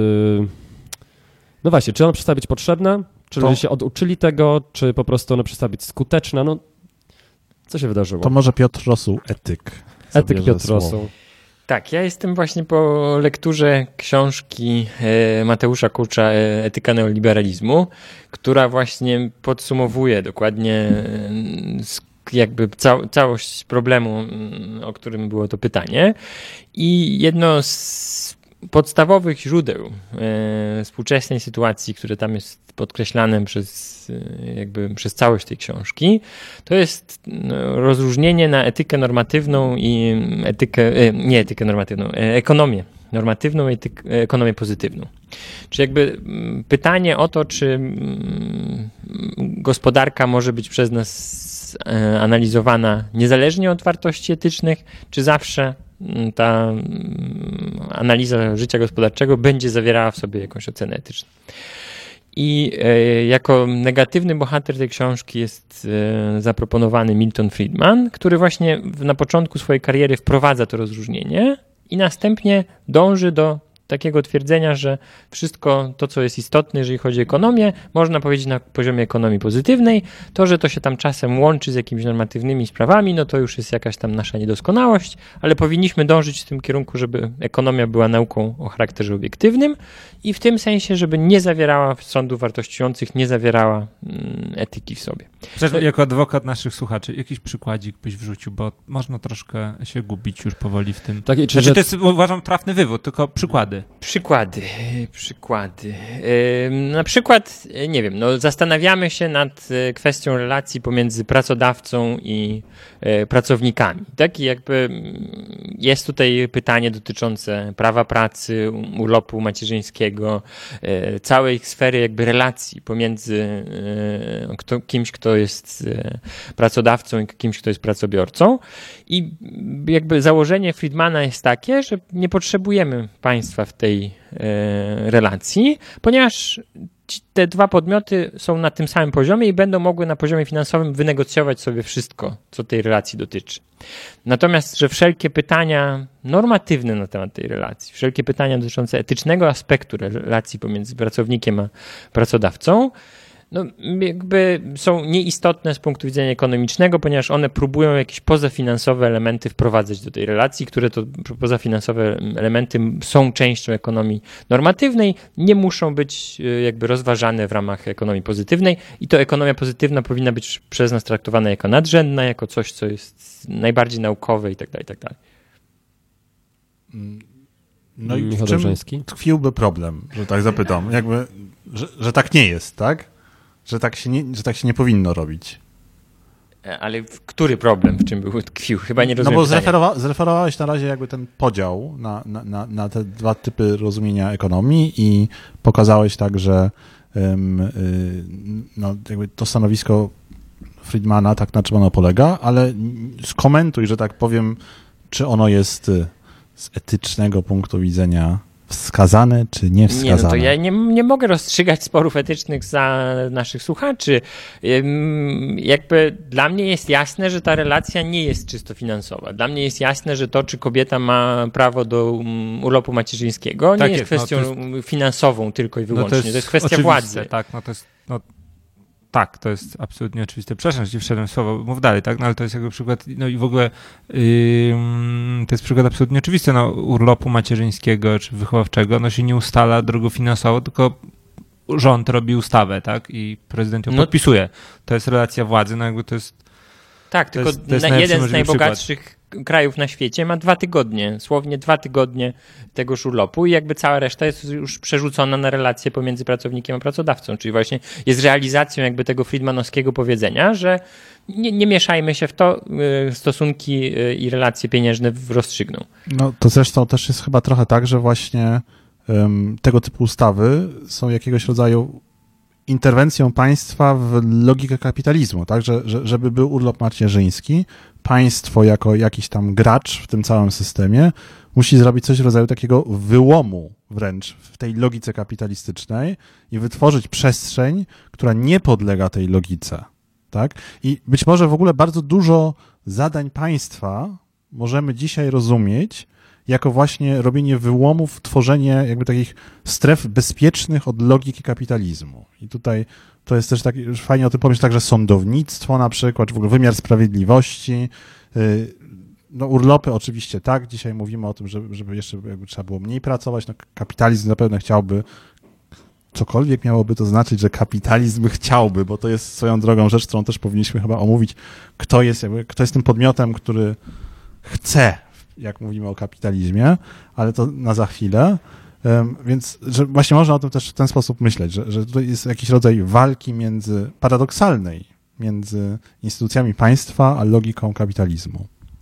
No właśnie, czy ona przestała być potrzebna? Czy To... ludzie się oduczyli tego? Czy po prostu ona przestała być skuteczna? No, co się wydarzyło? To może Piotr Rosuł, etyk. Etyk Piotr Rosuł. Tak, ja jestem właśnie po lekturze książki Mateusza Kucza Etyka neoliberalizmu, która właśnie podsumowuje dokładnie jakby ca- całość problemu, o którym było to pytanie. I jedno z podstawowych źródeł e, współczesnej sytuacji, które tam jest podkreślane przez, e, jakby przez całość tej książki, to jest no, rozróżnienie na etykę normatywną i etykę, e, nie etykę normatywną, e, ekonomię normatywną i etyk, ekonomię pozytywną. Czyli jakby pytanie o to, czy mm, gospodarka może być przez nas analizowana niezależnie od wartości etycznych, czy zawsze ta analiza życia gospodarczego będzie zawierała w sobie jakąś ocenę etyczną. I jako negatywny bohater tej książki jest zaproponowany Milton Friedman, który właśnie na początku swojej kariery wprowadza to rozróżnienie i następnie dąży do takiego twierdzenia, że wszystko to, co jest istotne, jeżeli chodzi o ekonomię, można powiedzieć na poziomie ekonomii pozytywnej. To, że to się tam czasem łączy z jakimiś normatywnymi sprawami, no to już jest jakaś tam nasza niedoskonałość, ale powinniśmy dążyć w tym kierunku, żeby ekonomia była nauką o charakterze obiektywnym i w tym sensie, żeby nie zawierała sądów wartościujących, nie zawierała mm, etyki w sobie. Przecież jako adwokat naszych słuchaczy, jakiś przykładzik byś wrzucił, bo można troszkę się gubić już powoli w tym. Tak, i czy znaczy, to jest, uważam, trafny wywód, tylko przykłady. Przykłady, przykłady. Na przykład, nie wiem, no zastanawiamy się nad kwestią relacji pomiędzy pracodawcą i pracownikami. Tak? I jakby jest tutaj pytanie dotyczące prawa pracy, urlopu macierzyńskiego, całej sfery jakby relacji pomiędzy kto, kimś, kto jest pracodawcą i kimś, kto jest pracobiorcą. I jakby założenie Friedmana jest takie, że nie potrzebujemy państwa w tej e, relacji, ponieważ te dwa podmioty są na tym samym poziomie i będą mogły na poziomie finansowym wynegocjować sobie wszystko, co tej relacji dotyczy. Natomiast, że wszelkie pytania normatywne na temat tej relacji, wszelkie pytania dotyczące etycznego aspektu relacji pomiędzy pracownikiem a pracodawcą, no, jakby są nieistotne z punktu widzenia ekonomicznego, ponieważ one próbują jakieś pozafinansowe elementy wprowadzać do tej relacji, które to pozafinansowe elementy są częścią ekonomii normatywnej, nie muszą być jakby rozważane w ramach ekonomii pozytywnej i to ekonomia pozytywna powinna być przez nas traktowana jako nadrzędna, jako coś, co jest najbardziej naukowe i tak dalej, i tak dalej. No i w czym tkwiłby problem, że tak zapytam, jakby, że, że tak nie jest, tak? Że tak się nie, że tak się nie powinno robić. Ale który problem w czym był tkwił? Chyba nie rozumiem. No bo zreferowa- zreferowałeś na razie jakby ten podział na, na, na, na te dwa typy rozumienia ekonomii i pokazałeś tak, że um, y, no, jakby to stanowisko Friedmana tak na czym ono polega, ale skomentuj, że tak powiem, czy ono jest z etycznego punktu widzenia wskazane, czy nie wskazane? Nie, no to ja nie, nie mogę rozstrzygać sporów etycznych za naszych słuchaczy. Jakby dla mnie jest jasne, że ta relacja nie jest czysto finansowa. Dla mnie jest jasne, że to, czy kobieta ma prawo do urlopu macierzyńskiego, nie tak jest, jest kwestią no, to jest, finansową tylko i wyłącznie. No to, jest to jest kwestia oczywiste, władzy. Tak, no to jest... No... Tak, to jest absolutnie oczywiste. Przepraszam, że ci wszedłem w słowo, mów dalej, tak? No ale to jest jakby przykład, no i w ogóle yy, to jest przykład absolutnie oczywisty, no urlopu macierzyńskiego czy wychowawczego, no się nie ustala drogą finansową, tylko rząd robi ustawę, tak? I prezydent ją no, podpisuje. To jest relacja władzy, no jakby to jest... Tak, to tylko jest, to jest na, jeden z najbogatszych przykład. krajów na świecie ma dwa tygodnie, słownie dwa tygodnie tegoż urlopu i jakby cała reszta jest już przerzucona na relacje pomiędzy pracownikiem a pracodawcą, czyli właśnie jest realizacją jakby tego friedmanowskiego powiedzenia, że nie, nie mieszajmy się w to, stosunki i relacje pieniężne rozstrzygną. No to zresztą też jest chyba trochę tak, że właśnie um, tego typu ustawy są jakiegoś rodzaju interwencją państwa w logikę kapitalizmu, tak, że, że żeby był urlop macierzyński, państwo jako jakiś tam gracz w tym całym systemie musi zrobić coś w rodzaju takiego wyłomu wręcz w tej logice kapitalistycznej i wytworzyć przestrzeń, która nie podlega tej logice, tak? I być może w ogóle bardzo dużo zadań państwa możemy dzisiaj rozumieć jako właśnie robienie wyłomów, tworzenie jakby takich stref bezpiecznych od logiki kapitalizmu. I tutaj to jest też tak, fajnie o tym pomyśleć, także sądownictwo na przykład, czy w ogóle wymiar sprawiedliwości, no urlopy oczywiście tak, dzisiaj mówimy o tym, żeby, żeby jeszcze jakby trzeba było mniej pracować, no kapitalizm zapewne chciałby, cokolwiek miałoby to znaczyć, że kapitalizm chciałby, bo to jest swoją drogą rzecz, którą też powinniśmy chyba omówić, kto jest, jakby, kto jest tym podmiotem, który chce, jak mówimy o kapitalizmie, ale to na za chwilę. Um, więc że właśnie można o tym też w ten sposób myśleć, że, że tutaj jest jakiś rodzaj walki między, paradoksalnej, między instytucjami państwa a logiką kapitalizmu.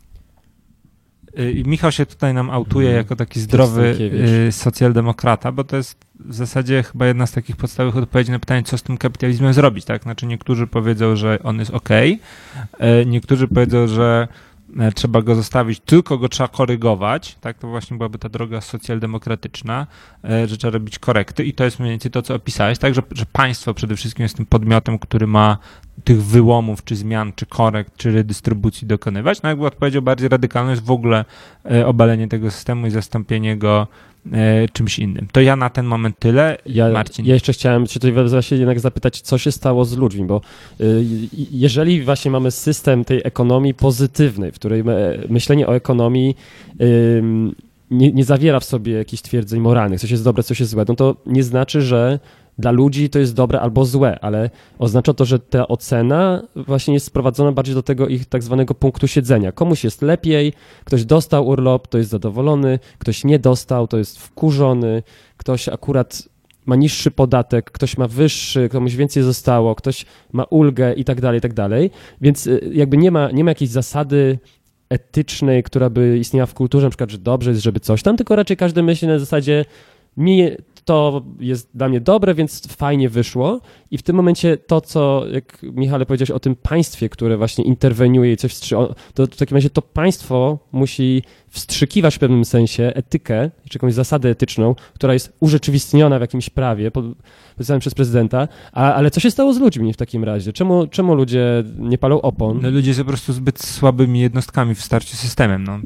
I Michał się tutaj nam autuje hmm. jako taki zdrowy y, socjaldemokrata, bo to jest w zasadzie chyba jedna z takich podstawowych odpowiedzi na pytanie, co z tym kapitalizmem zrobić, tak? Znaczy niektórzy powiedzą, że on jest okej, okay, niektórzy powiedzą, że trzeba go zostawić, tylko go trzeba korygować, tak, to właśnie byłaby ta droga socjaldemokratyczna, że trzeba robić korekty i to jest mniej więcej to, co opisałeś, tak, że, że państwo przede wszystkim jest tym podmiotem, który ma tych wyłomów, czy zmian, czy korekt, czy redystrybucji dokonywać, no jakby odpowiedzią bardziej radykalną jest w ogóle obalenie tego systemu i zastąpienie go czymś innym. To ja na ten moment tyle. Ja, Marcin. Ja jeszcze chciałem się tutaj właśnie jednak zapytać, co się stało z ludźmi, bo y, jeżeli właśnie mamy system tej ekonomii pozytywnej, w której my, myślenie o ekonomii y, nie, nie zawiera w sobie jakichś twierdzeń moralnych, coś jest dobre, coś jest złe, no to nie znaczy, że dla ludzi to jest dobre albo złe, ale oznacza to, że ta ocena właśnie jest sprowadzona bardziej do tego ich tak zwanego punktu siedzenia. Komuś jest lepiej, ktoś dostał urlop, to jest zadowolony, ktoś nie dostał, to jest wkurzony, ktoś akurat ma niższy podatek, ktoś ma wyższy, komuś więcej zostało, ktoś ma ulgę i tak dalej, i tak dalej. Więc jakby nie ma, nie ma jakiejś zasady etycznej, która by istniała w kulturze, na przykład, że dobrze jest, żeby coś tam, tylko raczej każdy myśli na zasadzie nie, to jest dla mnie dobre, więc fajnie wyszło i w tym momencie to, co, jak Michale powiedziałeś o tym państwie, które właśnie interweniuje i coś wstrzyma, to w takim razie to państwo musi wstrzykiwać w pewnym sensie etykę, czy jakąś zasadę etyczną, która jest urzeczywistniona w jakimś prawie podpisanym przez prezydenta, a, ale co się stało z ludźmi w takim razie? Czemu, czemu ludzie nie palą opon? No, ludzie są po prostu zbyt słabymi jednostkami w starciu z systemem, no.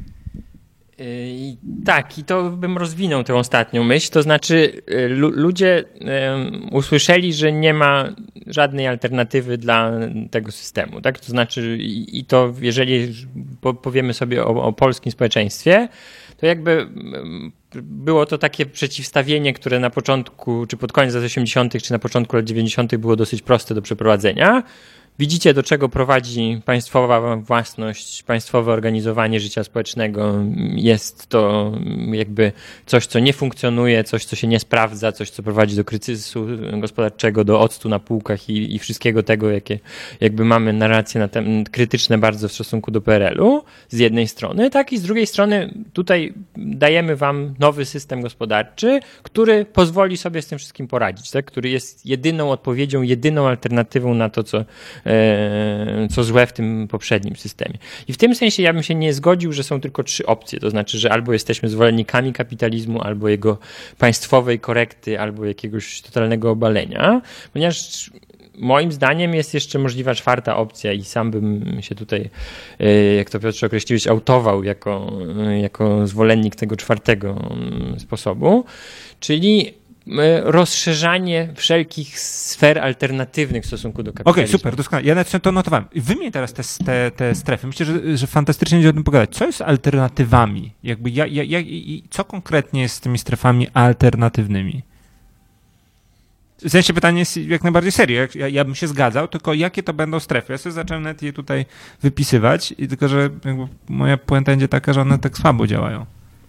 I tak, i to bym rozwinął tę ostatnią myśl, to znaczy lu- ludzie um, usłyszeli, że nie ma żadnej alternatywy dla tego systemu, tak? To znaczy i, i to jeżeli po, powiemy sobie o, o polskim społeczeństwie, to jakby um, było to takie przeciwstawienie, które na początku, czy pod koniec lat osiemdziesiątych, czy na początku lat dziewięćdziesiątych było dosyć proste do przeprowadzenia. Widzicie, do czego prowadzi państwowa własność, państwowe organizowanie życia społecznego. Jest to jakby coś, co nie funkcjonuje, coś, co się nie sprawdza, coś, co prowadzi do kryzysu gospodarczego, do octu na półkach i, i wszystkiego tego, jakie jakby mamy narracje na tem, krytyczne bardzo w stosunku do P R L-u z jednej strony, tak, i z drugiej strony tutaj dajemy wam nowy system gospodarczy, który pozwoli sobie z tym wszystkim poradzić, tak, który jest jedyną odpowiedzią, jedyną alternatywą na to, co co złe w tym poprzednim systemie. I w tym sensie ja bym się nie zgodził, że są tylko trzy opcje, to znaczy, że albo jesteśmy zwolennikami kapitalizmu, albo jego państwowej korekty, albo jakiegoś totalnego obalenia, ponieważ moim zdaniem jest jeszcze możliwa czwarta opcja i sam bym się tutaj, jak to Piotrze określiłeś, autował jako, jako zwolennik tego czwartego sposobu, czyli rozszerzanie wszelkich sfer alternatywnych w stosunku do kapitalizmu. Okej, okay, super, doskonale. Ja nawet to notowałem. Wymień teraz te, te, te strefy. Myślę, że, że fantastycznie będzie o tym pogadać. Co jest alternatywami? Jakby ja, ja, ja, co konkretnie jest z tymi strefami alternatywnymi? W sensie pytanie jest jak najbardziej serio. Ja, ja bym się zgadzał, tylko jakie to będą strefy? Ja sobie zacząłem nawet je tutaj wypisywać, i tylko że jakby moja puenta będzie taka, że one tak słabo działają.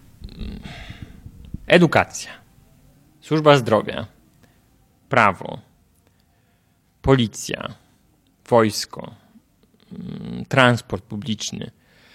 Edukacja. Służba zdrowia, prawo, policja, wojsko, transport publiczny,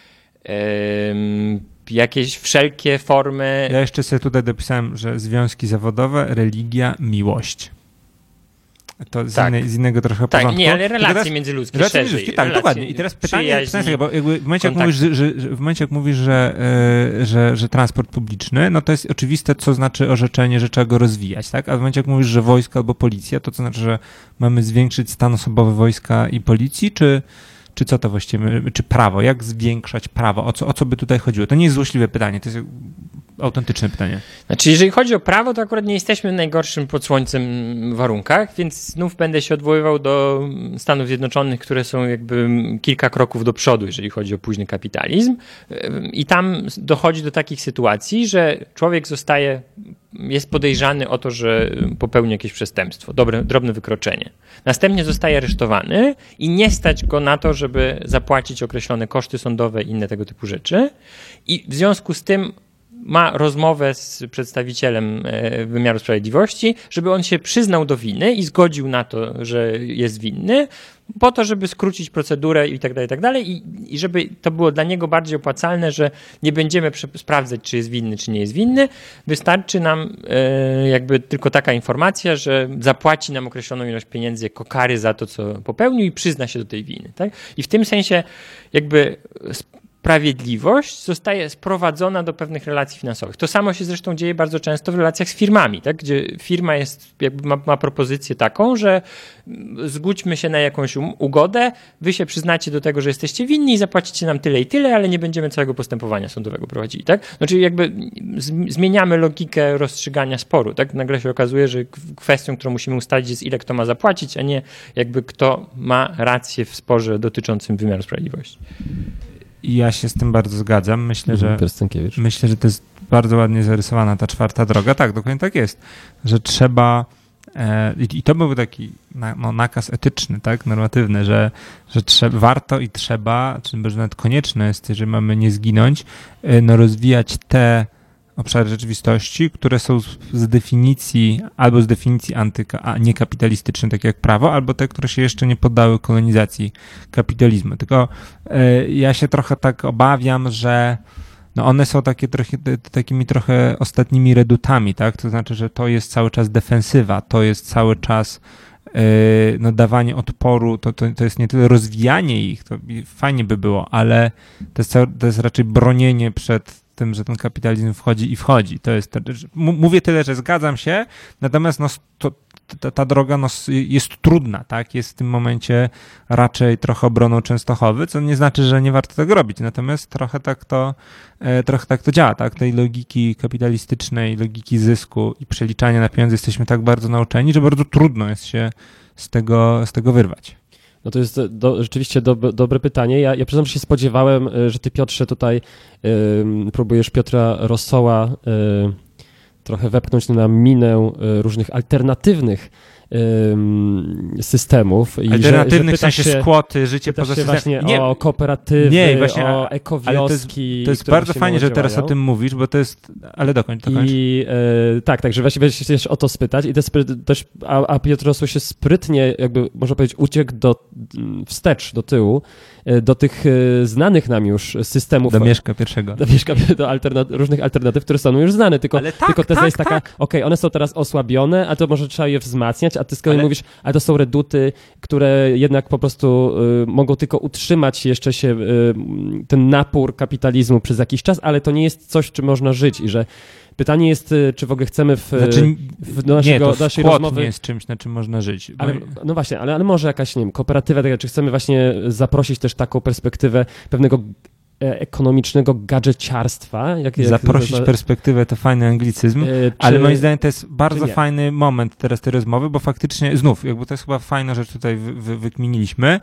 jakieś wszelkie formy... Ja jeszcze sobie tutaj dopisałem, że związki zawodowe, religia, miłość. To z, tak. innej, z innego trochę tak, porządku. nie, ale relacje teraz, międzyludzkie relacje szerzej. Międzyludzkie, tak, relacje, dokładnie. I teraz pytanie, pytanie bo jakby w momencie, jak mówisz, że, że, w momencie, jak mówisz, że, yy, że, że transport publiczny, no to jest oczywiste, co znaczy orzeczenie, że trzeba go rozwijać, tak? A w momencie, jak mówisz, że wojsko albo policja, to co znaczy, że mamy zwiększyć stan osobowy wojska i policji, czy, czy co to właściwie, czy prawo? Jak zwiększać prawo? O co, o co by tutaj chodziło? To nie jest złośliwe pytanie, to jest autentyczne pytanie. Znaczy, jeżeli chodzi o prawo, to akurat nie jesteśmy w najgorszym pod słońcem warunkach, więc znów będę się odwoływał do Stanów Zjednoczonych, które są jakby kilka kroków do przodu, jeżeli chodzi o późny kapitalizm. I tam dochodzi do takich sytuacji, że człowiek zostaje, jest podejrzany o to, że popełni jakieś przestępstwo, dobre, drobne wykroczenie. Następnie zostaje aresztowany i nie stać go na to, żeby zapłacić określone koszty sądowe i inne tego typu rzeczy. I w związku z tym ma rozmowę z przedstawicielem wymiaru sprawiedliwości, żeby on się przyznał do winy i zgodził na to, że jest winny, po to, żeby skrócić procedurę i tak dalej, i tak dalej, i, i żeby to było dla niego bardziej opłacalne, że nie będziemy sprawdzać, czy jest winny, czy nie jest winny. Wystarczy nam e, jakby tylko taka informacja, że zapłaci nam określoną ilość pieniędzy jako kary za to, co popełnił i przyzna się do tej winy. Tak? I w tym sensie jakby sprawiedliwość zostaje sprowadzona do pewnych relacji finansowych. To samo się zresztą dzieje bardzo często w relacjach z firmami, tak? Gdzie firma jest, jakby ma, ma propozycję taką, że zgódźmy się na jakąś ugodę, wy się przyznacie do tego, że jesteście winni i zapłacicie nam tyle i tyle, ale nie będziemy całego postępowania sądowego prowadzili, tak? Znaczy jakby zmieniamy logikę rozstrzygania sporu, tak? Nagle się okazuje, że kwestią, którą musimy ustalić, jest ile kto ma zapłacić, a nie jakby kto ma rację w sporze dotyczącym wymiaru sprawiedliwości. I ja się z tym bardzo zgadzam. Myślę, że myślę, że to jest bardzo ładnie zarysowana ta czwarta droga. Tak, dokładnie tak jest, że trzeba e, i to był taki na, no, nakaz etyczny, tak, normatywny, że, że trzeba, warto i trzeba, czy może nawet konieczne jest, jeżeli mamy nie zginąć, e, no rozwijać te obszary rzeczywistości, które są z definicji, albo z definicji antyka, a niekapitalistyczne, takie jak prawo, albo te, które się jeszcze nie poddały kolonizacji kapitalizmu. Tylko y, ja się trochę tak obawiam, że no one są takie trochę, takimi trochę ostatnimi redutami, tak? To znaczy, że to jest cały czas defensywa, to jest cały czas y, no, dawanie odporu, to, to, to jest nie tyle rozwijanie ich, to fajnie by było, ale to jest, to jest raczej bronienie przed tym, że ten kapitalizm wchodzi i wchodzi. To jest, mówię tyle, że zgadzam się, natomiast no, to, ta, ta droga no, jest trudna, tak? Jest w tym momencie raczej trochę obroną Częstochowy, co nie znaczy, że nie warto tego robić, natomiast trochę tak to, trochę tak to działa, tak? Tej logiki kapitalistycznej, logiki zysku i przeliczania na pieniądze jesteśmy tak bardzo nauczeni, że bardzo trudno jest się z tego, z tego wyrwać. No to jest do, rzeczywiście do, dobre pytanie. Ja, ja przyznam, że się spodziewałem, że ty, Piotrze, tutaj y, próbujesz Piotra Rossoła y, trochę wepchnąć na minę y, różnych alternatywnych ym, systemów. I alternatywnych, w sensie się, skłoty, życie poza się systemem. właśnie Nie, o kooperatywy, nie, właśnie, o ekowioski. To jest, to jest bardzo fajnie, że teraz o tym mówisz, bo to jest... Ale dokończ, dokończ. I e, tak, także właściwie się też o to spytać i też, też a, a Piotrosław się sprytnie, jakby można powiedzieć, uciekł do, wstecz, do tyłu, do tych znanych nam już systemów. Do Mieszka pierwszego. Do Mieszka, do alternat- różnych alternatyw, które są już znane, tylko, ale tak, tylko teza tak, jest taka, tak. okej, okay, one są teraz osłabione, a to może trzeba je wzmacniać, a ty z kolei ale... mówisz, a to są reduty, które jednak po prostu y, mogą tylko utrzymać jeszcze się y, ten napór kapitalizmu przez jakiś czas, ale to nie jest coś, czym można żyć i że pytanie jest, czy w ogóle chcemy w, znaczy, w do naszego, nie, to naszej skład rozmowy... nie jest czymś, na czym można żyć. Ale, no właśnie, ale, ale może jakaś, nie wiem, kooperatywa, tak, czy chcemy właśnie zaprosić też taką perspektywę pewnego ekonomicznego gadżeciarstwa. Jak, jak Zaprosić to, to, perspektywę to fajny anglicyzm, czy, ale moim zdaniem to jest bardzo nie? fajny moment teraz tej rozmowy, bo faktycznie, znów, jakby to jest chyba fajna rzecz tutaj wy, wy, wykminiliśmy,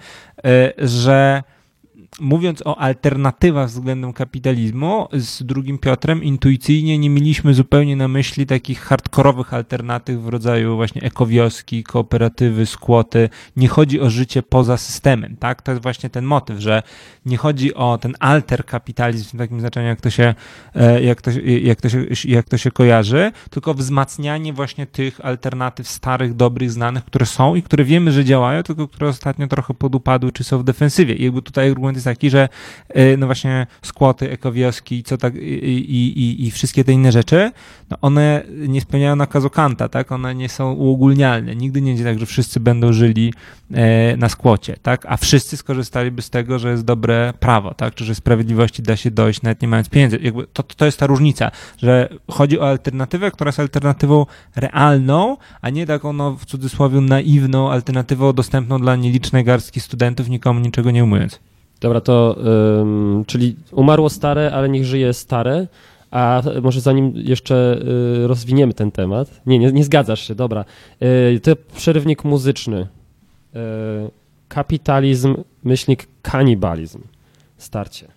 że mówiąc o alternatywach względem kapitalizmu, z drugim Piotrem intuicyjnie nie mieliśmy zupełnie na myśli takich hardkorowych alternatyw w rodzaju właśnie ekowioski, kooperatywy, skłoty. Nie chodzi o życie poza systemem, tak? To jest właśnie ten motyw, że nie chodzi o ten alterkapitalizm w takim znaczeniu, jak to się, jak to, jak to się, jak to się kojarzy, tylko wzmacnianie właśnie tych alternatyw starych, dobrych, znanych, które są i które wiemy, że działają, tylko które ostatnio trochę podupadły, czy są w defensywie. I jakby tutaj argument jest taki, że no właśnie skłoty, ekowioski co tak, i, i, i wszystkie te inne rzeczy, no one nie spełniają nakazu Kanta, tak? One nie są uogólnialne. Nigdy nie będzie tak, że wszyscy będą żyli e, na skłocie, tak? A wszyscy skorzystaliby z tego, że jest dobre prawo, tak? Czy że sprawiedliwości da się dojść nawet nie mając pieniędzy. Jakby to, to jest ta różnica, że chodzi o alternatywę, która jest alternatywą realną, a nie taką, no w cudzysłowie, naiwną alternatywą dostępną dla nielicznej garstki studentów, nikomu niczego nie umując. Dobra, to ym, czyli umarło stare, ale niech żyje stare, a może zanim jeszcze y, rozwiniemy ten temat, nie, nie, nie zgadzasz się, dobra, y, to przerywnik muzyczny, y, kapitalizm, myślnik kanibalizm, starcie.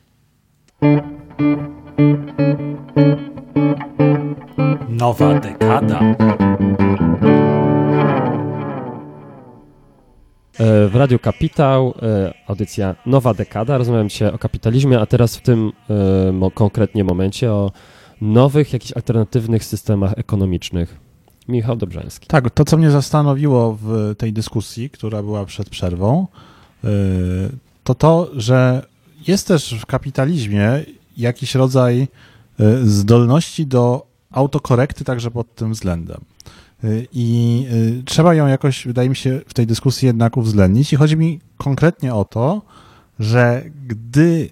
Nowa dekada. W Radiu Kapitał, audycja Nowa Dekada. Rozmawiam dzisiaj o kapitalizmie, a teraz w tym konkretnie momencie o nowych, jakichś alternatywnych systemach ekonomicznych. Michał Dobrzański. Tak, to co mnie zastanowiło w tej dyskusji, która była przed przerwą, to to, że jest też w kapitalizmie jakiś rodzaj zdolności do autokorekty także pod tym względem. I trzeba ją jakoś, wydaje mi się, w tej dyskusji jednak uwzględnić. I chodzi mi konkretnie o to, że gdy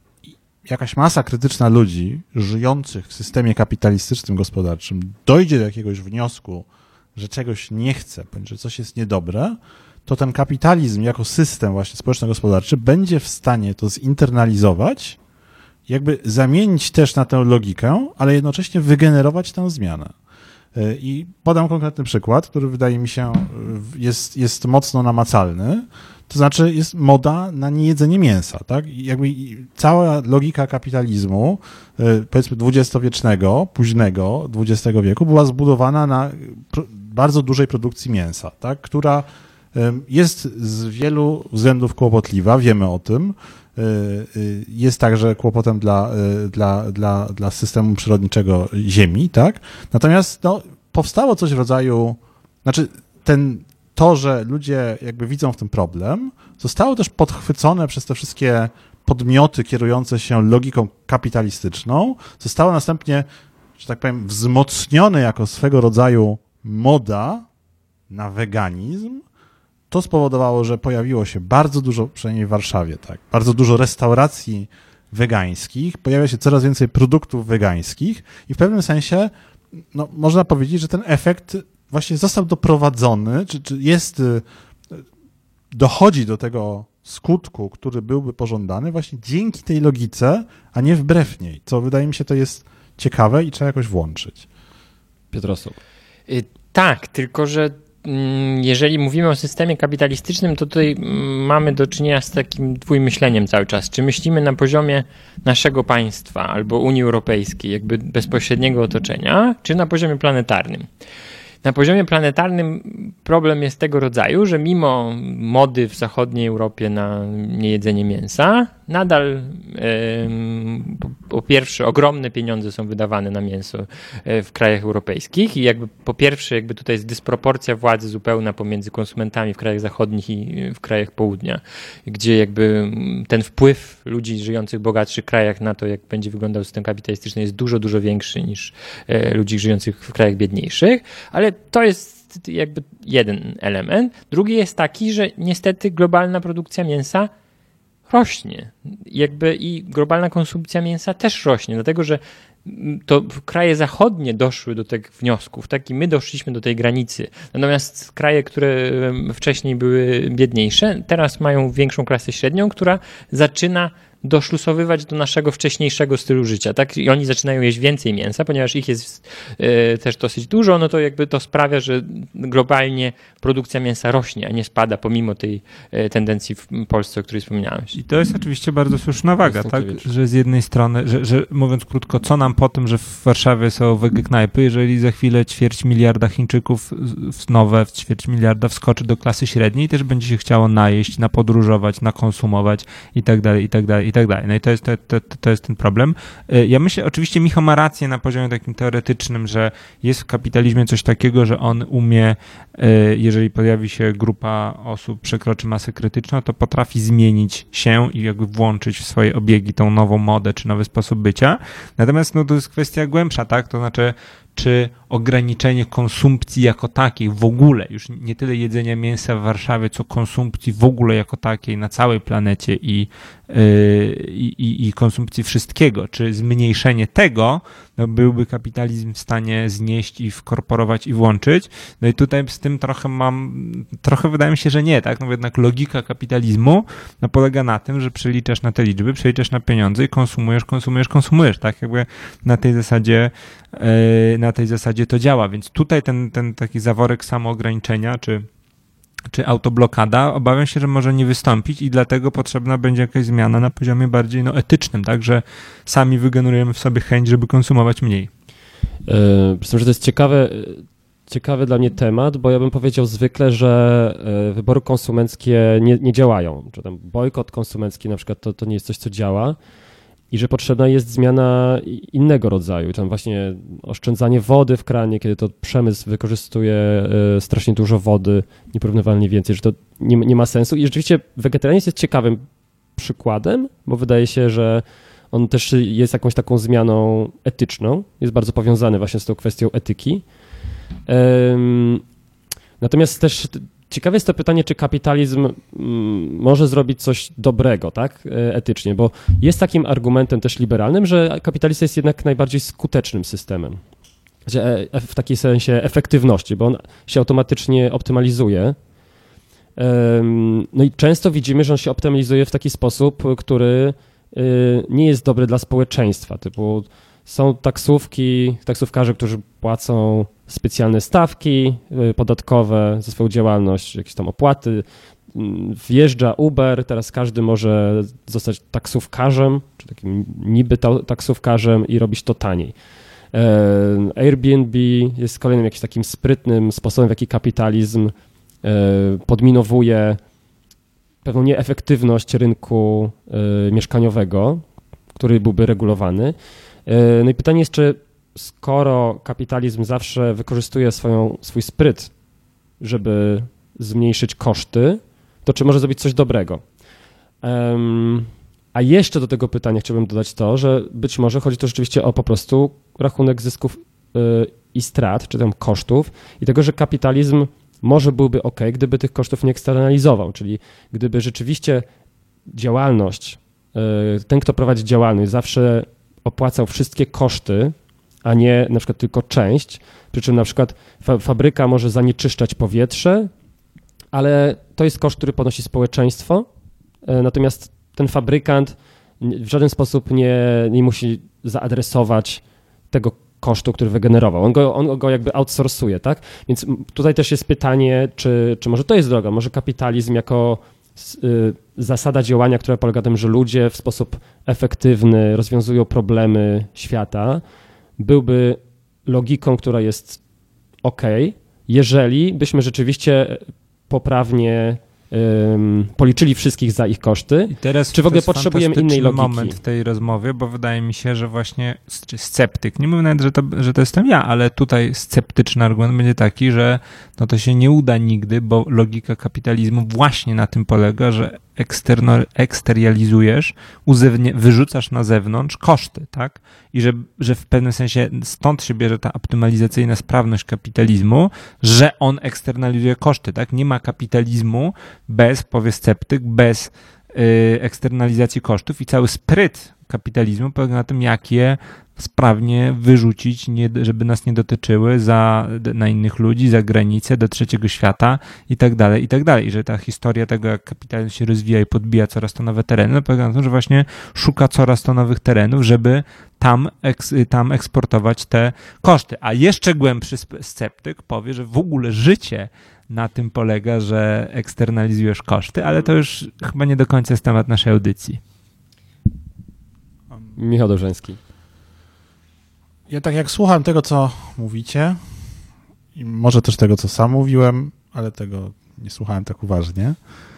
jakaś masa krytyczna ludzi żyjących w systemie kapitalistycznym, gospodarczym dojdzie do jakiegoś wniosku, że czegoś nie chce, bądź że coś jest niedobre, to ten kapitalizm jako system właśnie społeczno-gospodarczy będzie w stanie to zinternalizować, jakby zamienić też na tę logikę, ale jednocześnie wygenerować tę zmianę. I podam konkretny przykład, który wydaje mi się jest, jest mocno namacalny, to znaczy jest moda na niejedzenie mięsa, tak? I jakby cała logika kapitalizmu, powiedzmy dwudziestowiecznego, późnego dwudziestego wieku była zbudowana na bardzo dużej produkcji mięsa, tak? Która jest z wielu względów kłopotliwa, wiemy o tym. Jest także kłopotem dla, dla, dla, dla systemu przyrodniczego Ziemi, tak? Natomiast no, powstało coś w rodzaju, znaczy ten, to, że ludzie jakby widzą w tym problem, zostało też podchwycone przez te wszystkie podmioty kierujące się logiką kapitalistyczną, zostało następnie, że tak powiem, wzmocnione jako swego rodzaju moda na weganizm. To spowodowało, że pojawiło się bardzo dużo, przynajmniej w Warszawie, tak, bardzo dużo restauracji wegańskich, pojawia się coraz więcej produktów wegańskich i w pewnym sensie no, można powiedzieć, że ten efekt właśnie został doprowadzony, czy, czy jest, dochodzi do tego skutku, który byłby pożądany właśnie dzięki tej logice, a nie wbrew niej, co wydaje mi się to jest ciekawe i trzeba jakoś włączyć. Piotrosław. Y, tak, tylko że jeżeli mówimy o systemie kapitalistycznym, to tutaj mamy do czynienia z takim dwójmyśleniem cały czas. Czy myślimy na poziomie naszego państwa albo Unii Europejskiej, jakby bezpośredniego otoczenia, czy na poziomie planetarnym. na poziomie planetarnym problem jest tego rodzaju, że mimo mody w zachodniej Europie na niejedzenie mięsa, nadal po, po pierwsze ogromne pieniądze są wydawane na mięso w krajach europejskich i jakby po pierwsze jakby tutaj jest dysproporcja władzy zupełna pomiędzy konsumentami w krajach zachodnich i w krajach południa, gdzie jakby ten wpływ ludzi żyjących w bogatszych krajach na to, jak będzie wyglądał system kapitalistyczny, jest dużo, dużo większy niż ludzi żyjących w krajach biedniejszych, ale to jest jakby jeden element. Drugi jest taki, że niestety globalna produkcja mięsa rośnie. Jakby i globalna konsumpcja mięsa też rośnie, dlatego że to kraje zachodnie doszły do tych wniosków, tak i my doszliśmy do tej granicy. Natomiast kraje, które wcześniej były biedniejsze, teraz mają większą klasę średnią, która zaczyna doszlusowywać do naszego wcześniejszego stylu życia, tak? I oni zaczynają jeść więcej mięsa, ponieważ ich jest y, też dosyć dużo, no to jakby to sprawia, że globalnie produkcja mięsa rośnie, a nie spada pomimo tej y, tendencji w Polsce, o której wspomniałeś. I to jest oczywiście bardzo słuszna waga, tak? Że z jednej strony, że, że mówiąc krótko, co nam po tym, że w Warszawie są wege knajpy, jeżeli za chwilę ćwierć miliarda Chińczyków nowe, ćwierć miliarda wskoczy do klasy średniej, też będzie się chciało najeść, napodróżować, nakonsumować i tak dalej, i tak dalej, i tak dalej. No i to jest, to, to, to jest ten problem. Ja myślę, oczywiście Michał ma rację na poziomie takim teoretycznym, że jest w kapitalizmie coś takiego, że on umie, jeżeli pojawi się grupa osób, przekroczy masę krytyczną, to potrafi zmienić się i jakby włączyć w swoje obiegi tą nową modę, czy nowy sposób bycia. Natomiast no, to jest kwestia głębsza, tak? To znaczy, czy ograniczenie konsumpcji jako takiej w ogóle, już nie tyle jedzenia mięsa w Warszawie, co konsumpcji w ogóle jako takiej na całej planecie i, yy, i, i konsumpcji wszystkiego, czy zmniejszenie tego, no byłby kapitalizm w stanie znieść i wkorporować i włączyć. No i tutaj z tym trochę mam, trochę wydaje mi się, że nie, tak? No bo jednak logika kapitalizmu no, polega na tym, że przeliczasz na te liczby, przeliczasz na pieniądze i konsumujesz, konsumujesz, konsumujesz, tak? Jakby na tej zasadzie yy, na tej zasadzie to działa, więc tutaj ten, ten taki zaworek samoograniczenia, czy, czy autoblokada, obawiam się, że może nie wystąpić i dlatego potrzebna będzie jakaś zmiana na poziomie bardziej no, etycznym, tak, że sami wygenerujemy w sobie chęć, żeby konsumować mniej. Yy, przy tym, że to jest ciekawe, ciekawy dla mnie temat, bo ja bym powiedział zwykle, że wybory konsumenckie nie, nie działają, czy tam bojkot konsumencki na przykład to, to nie jest coś, co działa. I że potrzebna jest zmiana innego rodzaju, tam właśnie oszczędzanie wody w kranie, kiedy to przemysł wykorzystuje strasznie dużo wody, nieporównywalnie więcej, że to nie, nie ma sensu. I rzeczywiście wegetarianizm jest ciekawym przykładem, bo wydaje się, że on też jest jakąś taką zmianą etyczną, jest bardzo powiązany właśnie z tą kwestią etyki. Natomiast też ciekawe jest to pytanie, czy kapitalizm może zrobić coś dobrego, tak, etycznie, bo jest takim argumentem też liberalnym, że kapitalizm jest jednak najbardziej skutecznym systemem, w takim sensie efektywności, bo on się automatycznie optymalizuje. No i często widzimy, że on się optymalizuje w taki sposób, który nie jest dobry dla społeczeństwa, typu są taksówki, taksówkarze, którzy płacą specjalne stawki podatkowe za swoją działalność, jakieś tam opłaty. Wjeżdża Uber, teraz każdy może zostać taksówkarzem, czy takim niby taksówkarzem i robić to taniej. Airbnb jest kolejnym jakimś takim sprytnym sposobem, w jaki kapitalizm podminowuje pewną nieefektywność rynku mieszkaniowego, który byłby regulowany. No i pytanie jest, czy skoro kapitalizm zawsze wykorzystuje swoją, swój spryt, żeby zmniejszyć koszty, to czy może zrobić coś dobrego? Um, a jeszcze do tego pytania chciałbym dodać to, że być może chodzi to rzeczywiście o po prostu rachunek zysków y, i strat, czy tam kosztów i tego, że kapitalizm może byłby ok, gdyby tych kosztów nie eksternalizował, czyli gdyby rzeczywiście działalność, y, ten, kto prowadzi działalność, zawsze opłacał wszystkie koszty, a nie na przykład tylko część, przy czym na przykład fa- fabryka może zanieczyszczać powietrze, ale to jest koszt, który ponosi społeczeństwo, natomiast ten fabrykant w żaden sposób nie, nie musi zaadresować tego kosztu, który wygenerował. On go, on go jakby outsourcuje, tak? Więc tutaj też jest pytanie, czy, czy może to jest droga, może kapitalizm jako y, zasada działania, która polega na tym, że ludzie w sposób efektywny rozwiązują problemy świata, byłby logiką, która jest ok, jeżeli byśmy rzeczywiście poprawnie um, policzyli wszystkich za ich koszty, I teraz czy w ogóle to jest potrzebujemy innej logiki? moment w tej rozmowie, bo wydaje mi się, że właśnie sceptyk, nie mówię nawet, że to, że to jestem ja, ale tutaj sceptyczny argument będzie taki, że no to się nie uda nigdy, bo logika kapitalizmu właśnie na tym polega, że eksterno, eksterializujesz, uzewnie, wyrzucasz na zewnątrz koszty, tak? I że, że w pewnym sensie stąd się bierze ta optymalizacyjna sprawność kapitalizmu, że on eksternalizuje koszty, tak? Nie ma kapitalizmu bez, powie sceptyk, bez y, eksternalizacji kosztów i cały spryt kapitalizmu polega na tym, jak je sprawnie wyrzucić, nie, żeby nas nie dotyczyły za, na innych ludzi, za granicę, do trzeciego świata i tak dalej, i tak dalej. I że ta historia tego, jak kapitalizm się rozwija i podbija coraz to nowe tereny, no polega na tym, że właśnie szuka coraz to nowych terenów, żeby tam, eks, tam eksportować te koszty. A jeszcze głębszy sceptyk powie, że w ogóle życie na tym polega, że eksternalizujesz koszty, ale to już chyba nie do końca jest temat naszej audycji. Michał Dobrzański. Ja tak jak słucham tego, co mówicie i może też tego, co sam mówiłem, ale tego nie słuchałem tak uważnie,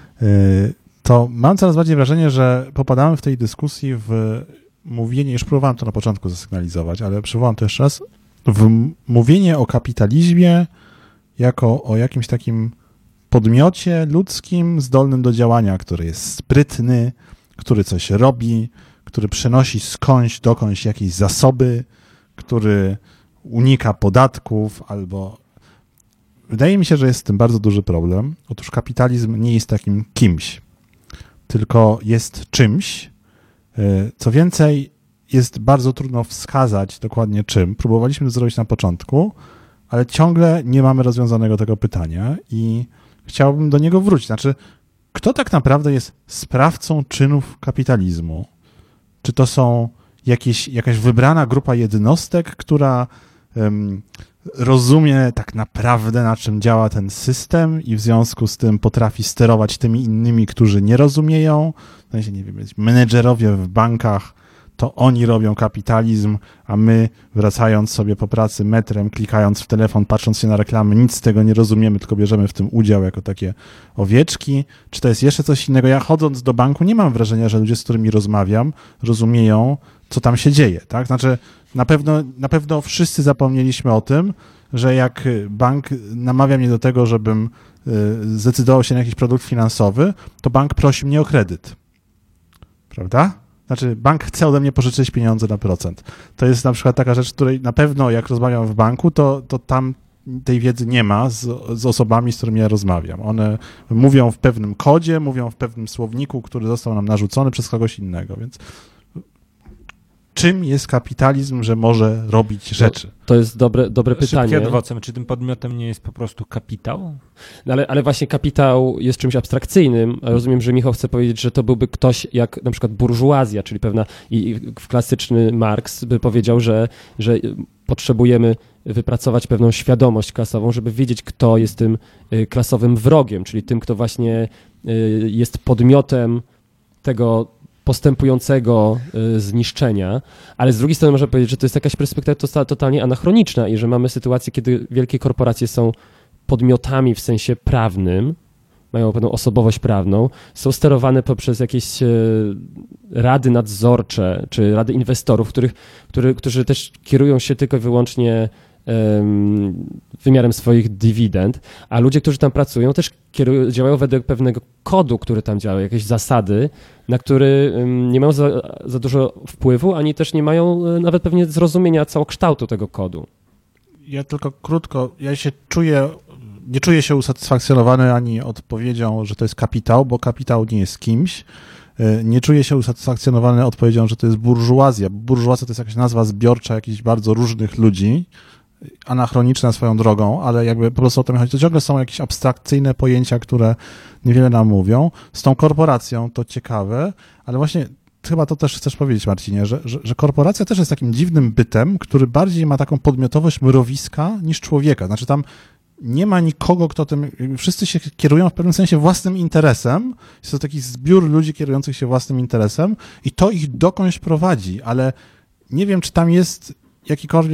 to mam coraz bardziej wrażenie, że popadamy w tej dyskusji w mówienie, już próbowałem to na początku zasygnalizować, ale przywołam to jeszcze raz, w mówienie o kapitalizmie jako o jakimś takim podmiocie ludzkim zdolnym do działania, który jest sprytny, który coś robi, który przenosi skądś dokądś jakieś zasoby, który unika podatków albo... Wydaje mi się, że jest z tym bardzo duży problem. Otóż kapitalizm nie jest takim kimś, tylko jest czymś. Co więcej, jest bardzo trudno wskazać dokładnie czym. Próbowaliśmy to zrobić na początku, ale ciągle nie mamy rozwiązanego tego pytania i chciałbym do niego wrócić. Znaczy, kto tak naprawdę jest sprawcą czynów kapitalizmu? Czy to są jakieś, jakaś wybrana grupa jednostek, która um, rozumie tak naprawdę, na czym działa ten system i w związku z tym potrafi sterować tymi innymi, którzy nie rozumieją? W sensie, nie wiem, menedżerowie w bankach, to oni robią kapitalizm, a my, wracając sobie po pracy metrem, klikając w telefon, patrząc się na reklamy, nic z tego nie rozumiemy, tylko bierzemy w tym udział jako takie owieczki. Czy to jest jeszcze coś innego? Ja chodząc do banku nie mam wrażenia, że ludzie, z którymi rozmawiam, rozumieją, co tam się dzieje, tak? Znaczy, na pewno, na pewno wszyscy zapomnieliśmy o tym, że jak bank namawia mnie do tego, żebym zdecydował się na jakiś produkt finansowy, to bank prosi mnie o kredyt. Prawda? Znaczy, bank chce ode mnie pożyczyć pieniądze na procent. To jest na przykład taka rzecz, której na pewno jak rozmawiam w banku, to, to tam tej wiedzy nie ma z, z osobami, z którymi ja rozmawiam. One mówią w pewnym kodzie, mówią w pewnym słowniku, który został nam narzucony przez kogoś innego, więc czym jest kapitalizm, że może robić rzeczy? To jest dobre, dobre pytanie. Szybkie adwocem. Czy tym podmiotem nie jest po prostu kapitał? No ale, ale właśnie kapitał jest czymś abstrakcyjnym. Rozumiem, że Michał chce powiedzieć, że to byłby ktoś jak na przykład burżuazja, czyli pewna, i klasyczny Marks by powiedział, że, że potrzebujemy wypracować pewną świadomość klasową, żeby wiedzieć, kto jest tym klasowym wrogiem, czyli tym, kto właśnie jest podmiotem tego postępującego y, zniszczenia, ale z drugiej strony można powiedzieć, że to jest jakaś perspektywa to, totalnie anachroniczna i że mamy sytuację, kiedy wielkie korporacje są podmiotami w sensie prawnym, mają pewną osobowość prawną, są sterowane poprzez jakieś y, rady nadzorcze czy rady inwestorów, których, który, którzy też kierują się tylko i wyłącznie wymiarem swoich dywidend, a ludzie, którzy tam pracują, też kierują, działają według pewnego kodu, który tam działa, jakieś zasady, na który nie mają za, za dużo wpływu, ani też nie mają nawet pewnie zrozumienia całokształtu tego kodu. Ja tylko krótko, ja się czuję, nie czuję się usatysfakcjonowany ani odpowiedzią, że to jest kapitał, bo kapitał nie jest kimś. Nie czuję się usatysfakcjonowany odpowiedzią, że to jest burżuazja. Burżuazja to jest jakaś nazwa zbiorcza jakichś bardzo różnych ludzi, anachroniczna swoją drogą, ale jakby po prostu o to mi chodzi. To ciągle są jakieś abstrakcyjne pojęcia, które niewiele nam mówią. Z tą korporacją to ciekawe, ale właśnie chyba to też chcesz powiedzieć, Marcinie, że, że, że korporacja też jest takim dziwnym bytem, który bardziej ma taką podmiotowość mrowiska niż człowieka. Znaczy tam nie ma nikogo, kto tym... Wszyscy się kierują w pewnym sensie własnym interesem. Jest to taki zbiór ludzi kierujących się własnym interesem i to ich dokądś prowadzi, ale nie wiem, czy tam jest jakikolwiek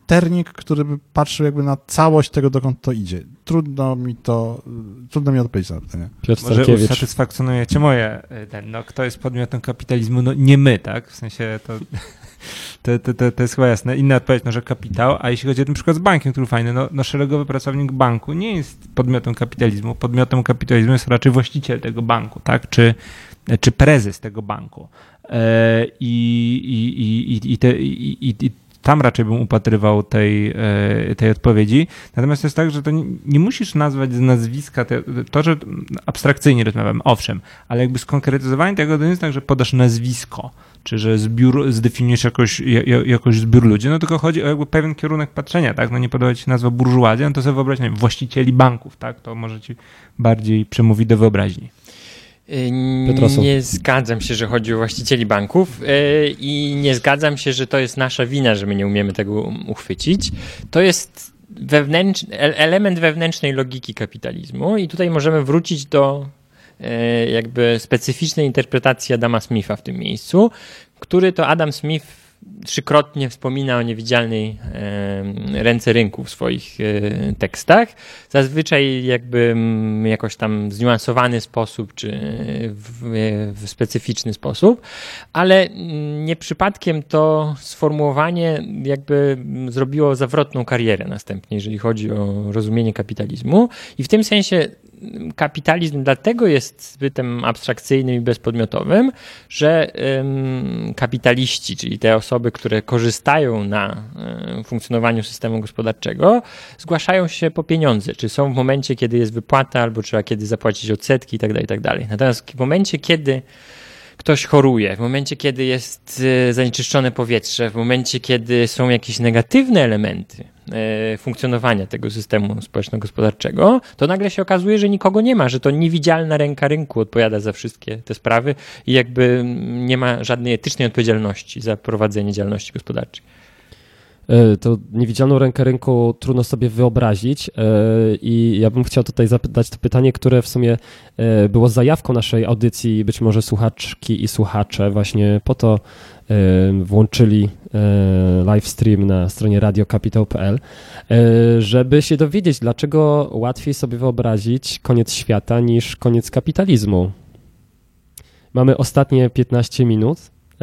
sternik, który by patrzył jakby na całość tego, dokąd to idzie. Trudno mi to, trudno mi odpowiedzieć na to pytanie. Piotr Może Stankiewicz. usatysfakcjonujecie moje, ten, no kto jest podmiotem kapitalizmu? No nie my, tak? W sensie to, to, to, to, to jest chyba jasne. Inna odpowiedź, no że kapitał, a jeśli chodzi o ten przykład z bankiem, który fajny, no, no szeregowy pracownik banku nie jest podmiotem kapitalizmu. Podmiotem kapitalizmu jest raczej właściciel tego banku, tak? Czy, czy prezes tego banku. E, i, i, i, i, te, i, i, i tam raczej bym upatrywał tej, tej odpowiedzi. Natomiast to jest tak, że to nie, nie musisz nazwać z nazwiska, te, to, że abstrakcyjnie rozmawiam, owszem, ale jakby skonkretyzowanie tego to nie jest tak, że podasz nazwisko, czy że zbiór, zdefiniujesz jakoś, jakoś zbiór ludzi, no tylko chodzi o jakby pewien kierunek patrzenia, tak? No nie podoba ci się nazwa burżuazja, no to sobie wyobraź, nie wiem, właścicieli banków, tak? To może ci bardziej przemówi do wyobraźni. Piotrosu. Nie zgadzam się, że chodzi o właścicieli banków i nie zgadzam się, że to jest nasza wina, że my nie umiemy tego uchwycić. To jest wewnętrzny, element wewnętrznej logiki kapitalizmu i tutaj możemy wrócić do jakby specyficznej interpretacji Adama Smitha w tym miejscu, który to Adam Smith trzykrotnie wspomina o niewidzialnej ręce rynku w swoich tekstach. Zazwyczaj jakby jakoś tam w zniuansowany sposób, czy w, w specyficzny sposób, ale nie przypadkiem to sformułowanie jakby zrobiło zawrotną karierę następnie, jeżeli chodzi o rozumienie kapitalizmu i w tym sensie kapitalizm dlatego jest zbytem abstrakcyjnym i bezpodmiotowym, że ym, kapitaliści, czyli te osoby, które korzystają na y, funkcjonowaniu systemu gospodarczego, zgłaszają się po pieniądze, czy są w momencie, kiedy jest wypłata, albo trzeba kiedy zapłacić odsetki itd., itd. Natomiast w momencie, kiedy ktoś choruje, w momencie, kiedy jest zanieczyszczone powietrze, w momencie, kiedy są jakieś negatywne elementy funkcjonowania tego systemu społeczno-gospodarczego, to nagle się okazuje, że nikogo nie ma, że to niewidzialna ręka rynku odpowiada za wszystkie te sprawy i jakby nie ma żadnej etycznej odpowiedzialności za prowadzenie działalności gospodarczej. To niewidzialną rękę rynku trudno sobie wyobrazić i ja bym chciał tutaj zapytać to pytanie, które w sumie było zajawką naszej audycji, być może słuchaczki i słuchacze właśnie po to włączyli live stream na stronie radio kapitał kropka p l, żeby się dowiedzieć, dlaczego łatwiej sobie wyobrazić koniec świata niż koniec kapitalizmu. Mamy ostatnie piętnaście minut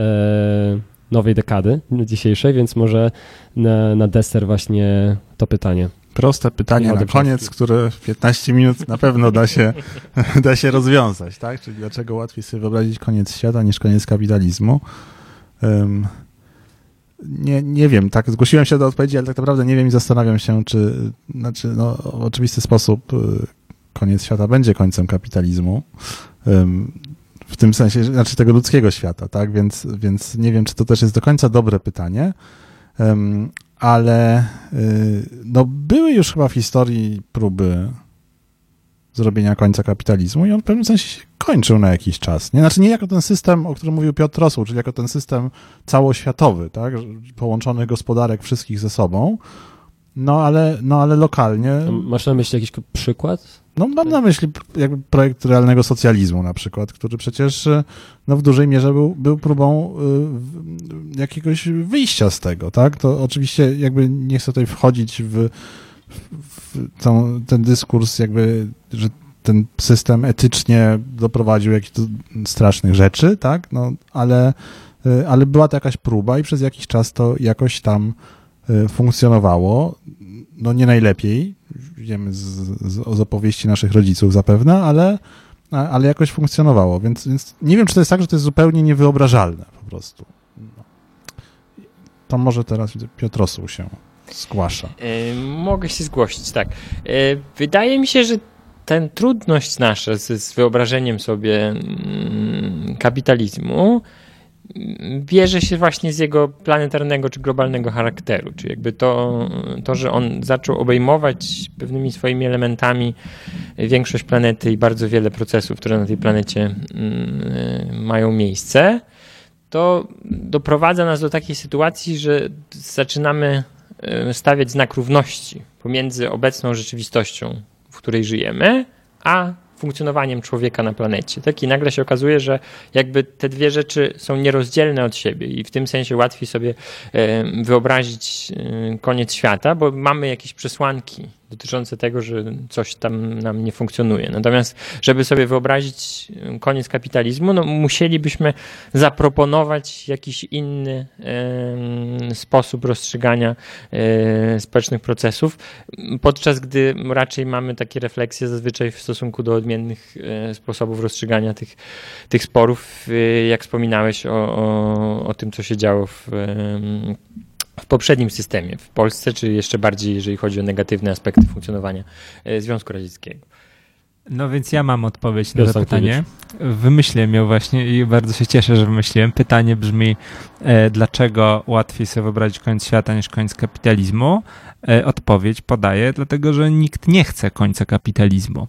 nowej dekady dzisiejszej, więc może na, na deser właśnie to pytanie. Proste pytanie na koniec, które w piętnaście minut na pewno da się, da się rozwiązać, tak? Czyli dlaczego łatwiej sobie wyobrazić koniec świata niż koniec kapitalizmu? Um, nie, nie wiem, tak, zgłosiłem się do odpowiedzi, ale tak naprawdę nie wiem i zastanawiam się, czy znaczy, no, w oczywisty sposób koniec świata będzie końcem kapitalizmu. Um, w tym sensie, znaczy tego ludzkiego świata, tak? Więc, więc nie wiem, czy to też jest do końca dobre pytanie, um, ale y, no, były już chyba w historii próby zrobienia końca kapitalizmu i on w pewnym sensie się kończył na jakiś czas. Nie? Znaczy nie jako ten system, o którym mówił Piotr Rosuł, czyli jako ten system całoświatowy, tak? Połączonych gospodarek wszystkich ze sobą, no ale, no, ale lokalnie... Masz na myśli jakiś przykład? No mam na myśli jakby projekt realnego socjalizmu na przykład, który przecież no, w dużej mierze był, był próbą y, jakiegoś wyjścia z tego, tak? To oczywiście jakby nie chcę tutaj wchodzić w, w tą, ten dyskurs jakby, że ten system etycznie doprowadził jakichś strasznych rzeczy, tak? No, ale, y, ale była to jakaś próba i przez jakiś czas to jakoś tam y, funkcjonowało. No nie najlepiej, wiemy z, z, z opowieści naszych rodziców zapewne, ale, ale jakoś funkcjonowało, więc, więc nie wiem, czy to jest tak, że to jest zupełnie niewyobrażalne po prostu. To może teraz Piotr Rosuł się zgłasza. Yy, mogę się zgłosić, tak. Yy, wydaje mi się, że ten trudność nasza z, z wyobrażeniem sobie yy, kapitalizmu bierze się właśnie z jego planetarnego czy globalnego charakteru, czy jakby to, to, że on zaczął obejmować pewnymi swoimi elementami większość planety i bardzo wiele procesów, które na tej planecie mają miejsce, to doprowadza nas do takiej sytuacji, że zaczynamy stawiać znak równości pomiędzy obecną rzeczywistością, w której żyjemy, a funkcjonowaniem człowieka na planecie. Tak? I nagle się okazuje, że jakby te dwie rzeczy są nierozdzielne od siebie i w tym sensie łatwiej sobie wyobrazić koniec świata, bo mamy jakieś przesłanki dotyczące tego, że coś tam nam nie funkcjonuje. Natomiast, żeby sobie wyobrazić koniec kapitalizmu, no musielibyśmy zaproponować jakiś inny e, sposób rozstrzygania e, społecznych procesów, podczas gdy raczej mamy takie refleksje zazwyczaj w stosunku do odmiennych e, sposobów rozstrzygania tych, tych sporów, e, jak wspominałeś o, o, o tym, co się działo w e, w poprzednim systemie, w Polsce, czy jeszcze bardziej, jeżeli chodzi o negatywne aspekty funkcjonowania Związku Radzieckiego. No więc ja mam odpowiedź na to pytanie. Wymyśliłem ją właśnie i bardzo się cieszę, że wymyśliłem. Pytanie brzmi, e, dlaczego łatwiej sobie wyobrazić koniec świata niż koniec kapitalizmu? E, odpowiedź podaję, dlatego że nikt nie chce końca kapitalizmu.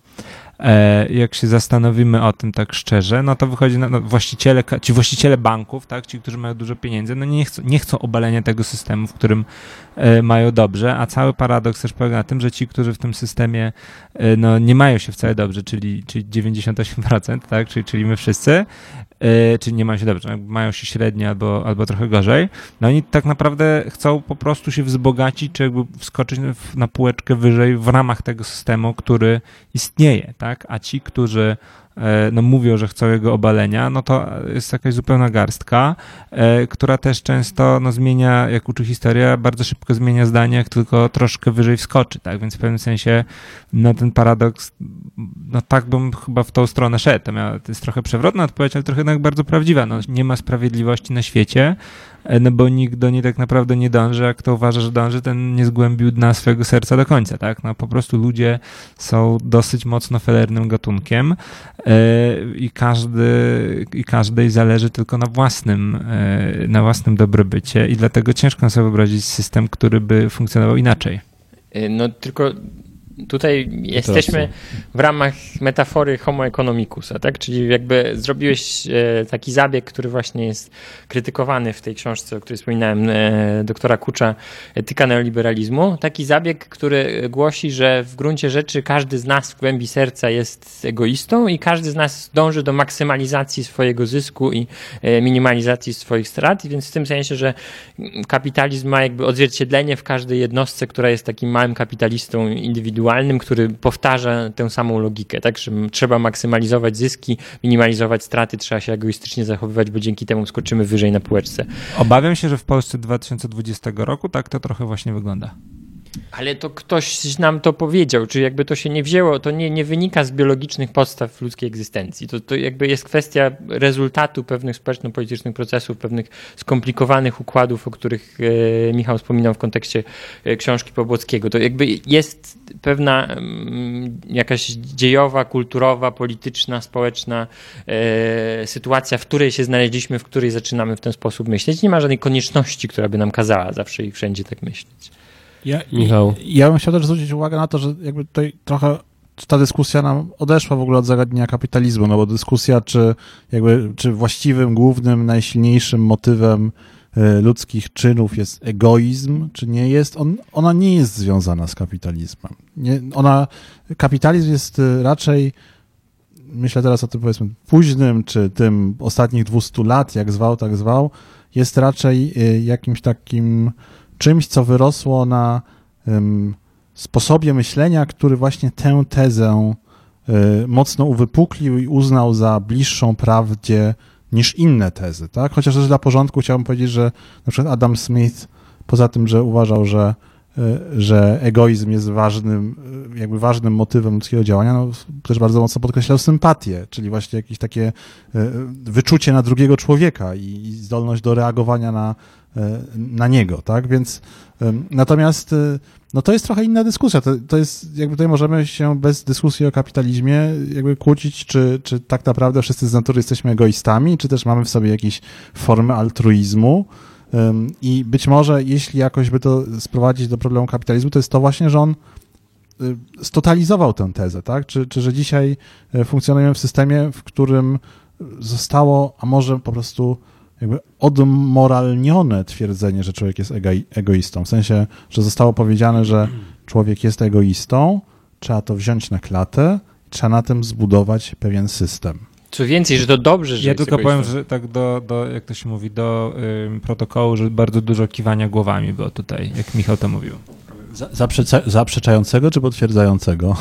Jak się zastanowimy o tym tak szczerze, no to wychodzi na no, właściciele, ci właściciele banków, tak, ci, którzy mają dużo pieniędzy, no nie chcą, nie chcą obalenia tego systemu, w którym e, mają dobrze, a cały paradoks też polega na tym, że ci, którzy w tym systemie e, no, nie mają się wcale dobrze, czyli, czyli dziewięćdziesiąt osiem procent, tak, czyli, czyli my wszyscy, e, czyli nie mają się dobrze, mają się średnio albo, albo trochę gorzej, no oni tak naprawdę chcą po prostu się wzbogacić, czy jakby wskoczyć na półeczkę wyżej w ramach tego systemu, który istnieje, tak. A ci, którzy no, mówią, że chcą jego obalenia, no to jest jakaś zupełna garstka, e, która też często no, zmienia, jak uczy historia, bardzo szybko zmienia zdanie, jak tylko troszkę wyżej wskoczy, tak? Więc w pewnym sensie no, ten paradoks, no tak bym chyba w tą stronę szedł. To, miała, to jest trochę przewrotna odpowiedź, ale trochę jednak bardzo prawdziwa. No, nie ma sprawiedliwości na świecie, no bo nikt do niej tak naprawdę nie dąży, a kto uważa, że dąży, ten nie zgłębił dna swojego serca do końca, tak? No po prostu ludzie są dosyć mocno felernym gatunkiem yy, i każdy, i każdej zależy tylko na własnym, yy, na własnym dobrobycie i dlatego ciężko sobie wyobrazić system, który by funkcjonował inaczej. No tylko tutaj jesteśmy w ramach metafory homo economicusa, tak? Czyli jakby zrobiłeś taki zabieg, który właśnie jest krytykowany w tej książce, o której wspominałem, doktora Kucza, Etyka neoliberalizmu. Taki zabieg, który głosi, że w gruncie rzeczy każdy z nas w głębi serca jest egoistą i każdy z nas dąży do maksymalizacji swojego zysku i minimalizacji swoich strat, więc w tym sensie, że kapitalizm ma jakby odzwierciedlenie w każdej jednostce, która jest takim małym kapitalistą indywidualnym, który powtarza tę samą logikę, tak, że trzeba maksymalizować zyski, minimalizować straty, trzeba się egoistycznie zachowywać, bo dzięki temu skoczymy wyżej na półeczce. Obawiam się, że w Polsce dwa tysiące dwudziestego roku tak to trochę właśnie wygląda. Ale to ktoś nam to powiedział, czy jakby to się nie wzięło, to nie, nie wynika z biologicznych podstaw ludzkiej egzystencji. To, to jakby jest kwestia rezultatu pewnych społeczno-politycznych procesów, pewnych skomplikowanych układów, o których e, Michał wspominał w kontekście e, książki Pobłockiego. To jakby jest pewna m, jakaś dziejowa, kulturowa, polityczna, społeczna e, sytuacja, w której się znaleźliśmy, w której zaczynamy w ten sposób myśleć. Nie ma żadnej konieczności, która by nam kazała zawsze i wszędzie tak myśleć. Ja, Michał. Ja bym chciał też zwrócić uwagę na to, że jakby tutaj trochę ta dyskusja nam odeszła w ogóle od zagadnienia kapitalizmu, no bo dyskusja, czy jakby, czy właściwym, głównym, najsilniejszym motywem y, ludzkich czynów jest egoizm, czy nie jest, on, ona nie jest związana z kapitalizmem. Nie, ona, kapitalizm jest y, raczej, myślę teraz o tym powiedzmy późnym, czy tym ostatnich dwustu lat, jak zwał, tak zwał, jest raczej y, jakimś takim czymś, co wyrosło na um, sposobie myślenia, który właśnie tę tezę y, mocno uwypuklił i uznał za bliższą prawdzie niż inne tezy, tak? Chociaż też dla porządku chciałbym powiedzieć, że na przykład Adam Smith, poza tym, że uważał, że, y, że egoizm jest ważnym, y, jakby ważnym motywem ludzkiego działania, no, też bardzo mocno podkreślał sympatię, czyli właśnie jakieś takie y, wyczucie na drugiego człowieka i, i zdolność do reagowania na na niego, tak, więc natomiast no to jest trochę inna dyskusja, to, to jest, jakby tutaj możemy się bez dyskusji o kapitalizmie jakby kłócić, czy, czy tak naprawdę wszyscy z natury jesteśmy egoistami, czy też mamy w sobie jakieś formy altruizmu i być może jeśli jakoś by to sprowadzić do problemu kapitalizmu, to jest to właśnie, że on stotalizował tę tezę, tak, czy, czy że dzisiaj funkcjonujemy w systemie, w którym zostało, a może po prostu jakby odmoralnione twierdzenie, że człowiek jest ego- egoistą. W sensie, że zostało powiedziane, że człowiek jest egoistą, trzeba to wziąć na klatę, trzeba na tym zbudować pewien system. Co więcej, że to dobrze, że... Ja tylko powiem, że tak do, do, jak to się mówi, do y, protokołu, że bardzo dużo kiwania głowami było tutaj, jak Michał to mówił. Zaprzeca- zaprzeczającego czy potwierdzającego?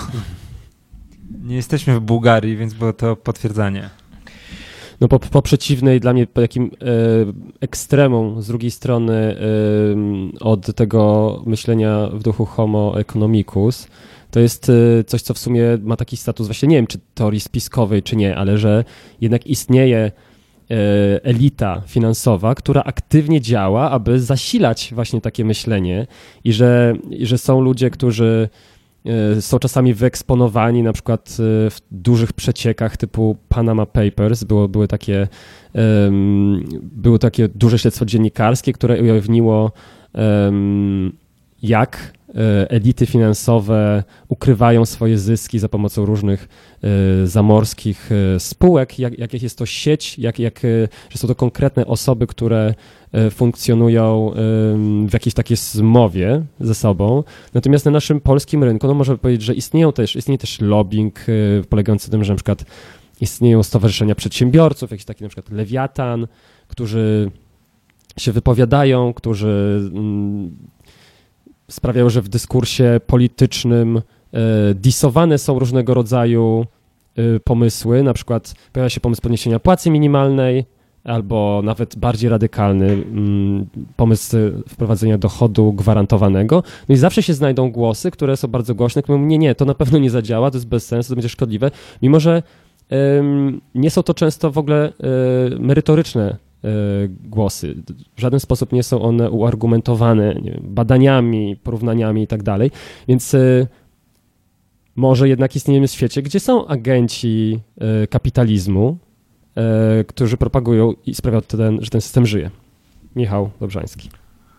Nie jesteśmy w Bułgarii, więc było to potwierdzenie. No po, po przeciwnej dla mnie takim e, ekstremum z drugiej strony e, od tego myślenia w duchu homo economicus, to jest e, coś, co w sumie ma taki status, właśnie nie wiem, czy teorii spiskowej, czy nie, ale że jednak istnieje e, elita finansowa, która aktywnie działa, aby zasilać właśnie takie myślenie i że, i że są ludzie, którzy są czasami wyeksponowani na przykład w dużych przeciekach typu Panama Papers. Było, były, takie, um, były takie duże śledztwo dziennikarskie, które ujawniło, um, jak elity finansowe ukrywają swoje zyski za pomocą różnych y, zamorskich y, spółek, jak, jak jest to sieć, jak, jak, y, że są to konkretne osoby, które y, funkcjonują y, w jakiejś takiej zmowie ze sobą. Natomiast na naszym polskim rynku, no można powiedzieć, że istnieją też, istnieje też lobbying y, polegający na tym, że na przykład istnieją stowarzyszenia przedsiębiorców, jakiś taki na przykład Lewiatan, którzy się wypowiadają, którzy y, sprawiają, że w dyskursie politycznym e, disowane są różnego rodzaju e, pomysły, na przykład pojawia się pomysł podniesienia płacy minimalnej albo nawet bardziej radykalny mm, pomysł wprowadzenia dochodu gwarantowanego. No i zawsze się znajdą głosy, które są bardzo głośne, które mówią, nie, nie, to na pewno nie zadziała, to jest bez sensu, to będzie szkodliwe, mimo że ym, nie są to często w ogóle y, merytoryczne głosy. W żaden sposób nie są one uargumentowane nie wiem, badaniami, porównaniami i tak dalej, więc y, może jednak istniejemy w świecie, gdzie są agenci y, kapitalizmu, y, którzy propagują i sprawiają, ten, że ten system żyje. Michał Dobrzański.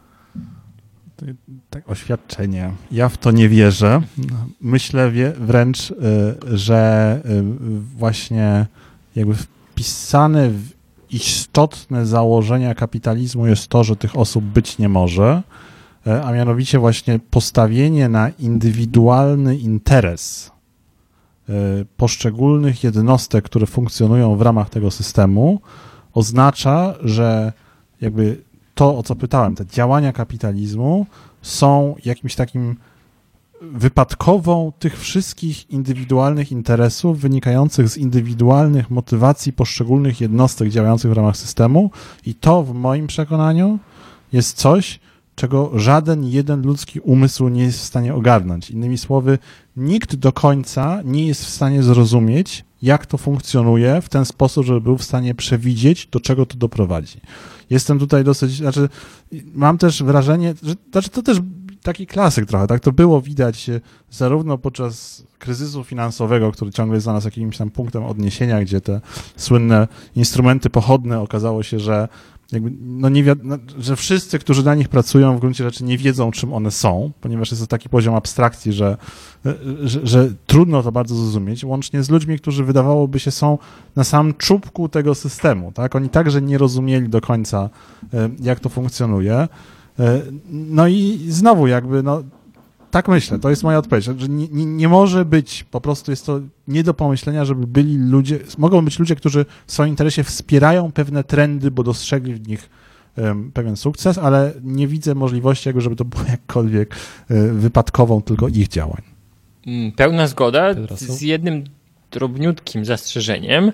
Tak, oświadczenie. Ja w to nie wierzę. Myślę wie, wręcz, y, że y, właśnie jakby wpisane w istotne założenia kapitalizmu jest to, że tych osób być nie może, a mianowicie właśnie postawienie na indywidualny interes poszczególnych jednostek, które funkcjonują w ramach tego systemu, oznacza, że jakby to, o co pytałem, te działania kapitalizmu są jakimś takim wypadkową tych wszystkich indywidualnych interesów wynikających z indywidualnych motywacji poszczególnych jednostek działających w ramach systemu i to w moim przekonaniu jest coś, czego żaden jeden ludzki umysł nie jest w stanie ogarnąć. Innymi słowy, nikt do końca nie jest w stanie zrozumieć, jak to funkcjonuje w ten sposób, żeby był w stanie przewidzieć, do czego to doprowadzi. Jestem tutaj dosyć, znaczy mam też wrażenie, że znaczy to też taki klasyk trochę, tak? To było widać zarówno podczas kryzysu finansowego, który ciągle jest dla nas jakimś tam punktem odniesienia, gdzie te słynne instrumenty pochodne okazało się, że jakby, no nie wi- no, że wszyscy, którzy na nich pracują, w gruncie rzeczy nie wiedzą, czym one są, ponieważ jest to taki poziom abstrakcji, że, że, że trudno to bardzo zrozumieć, łącznie z ludźmi, którzy wydawałoby się są na samym czubku tego systemu, tak? Oni także nie rozumieli do końca, jak to funkcjonuje. No i znowu jakby, no tak myślę, to jest moja odpowiedź, że nie, nie, nie może być, po prostu jest to nie do pomyślenia, żeby byli ludzie, mogą być ludzie, którzy w swoim interesie wspierają pewne trendy, bo dostrzegli w nich um, pewien sukces, ale nie widzę możliwości, jakby, żeby to było jakkolwiek um, wypadkową tylko ich działań. Pełna zgoda z jednym drobniutkim zastrzeżeniem.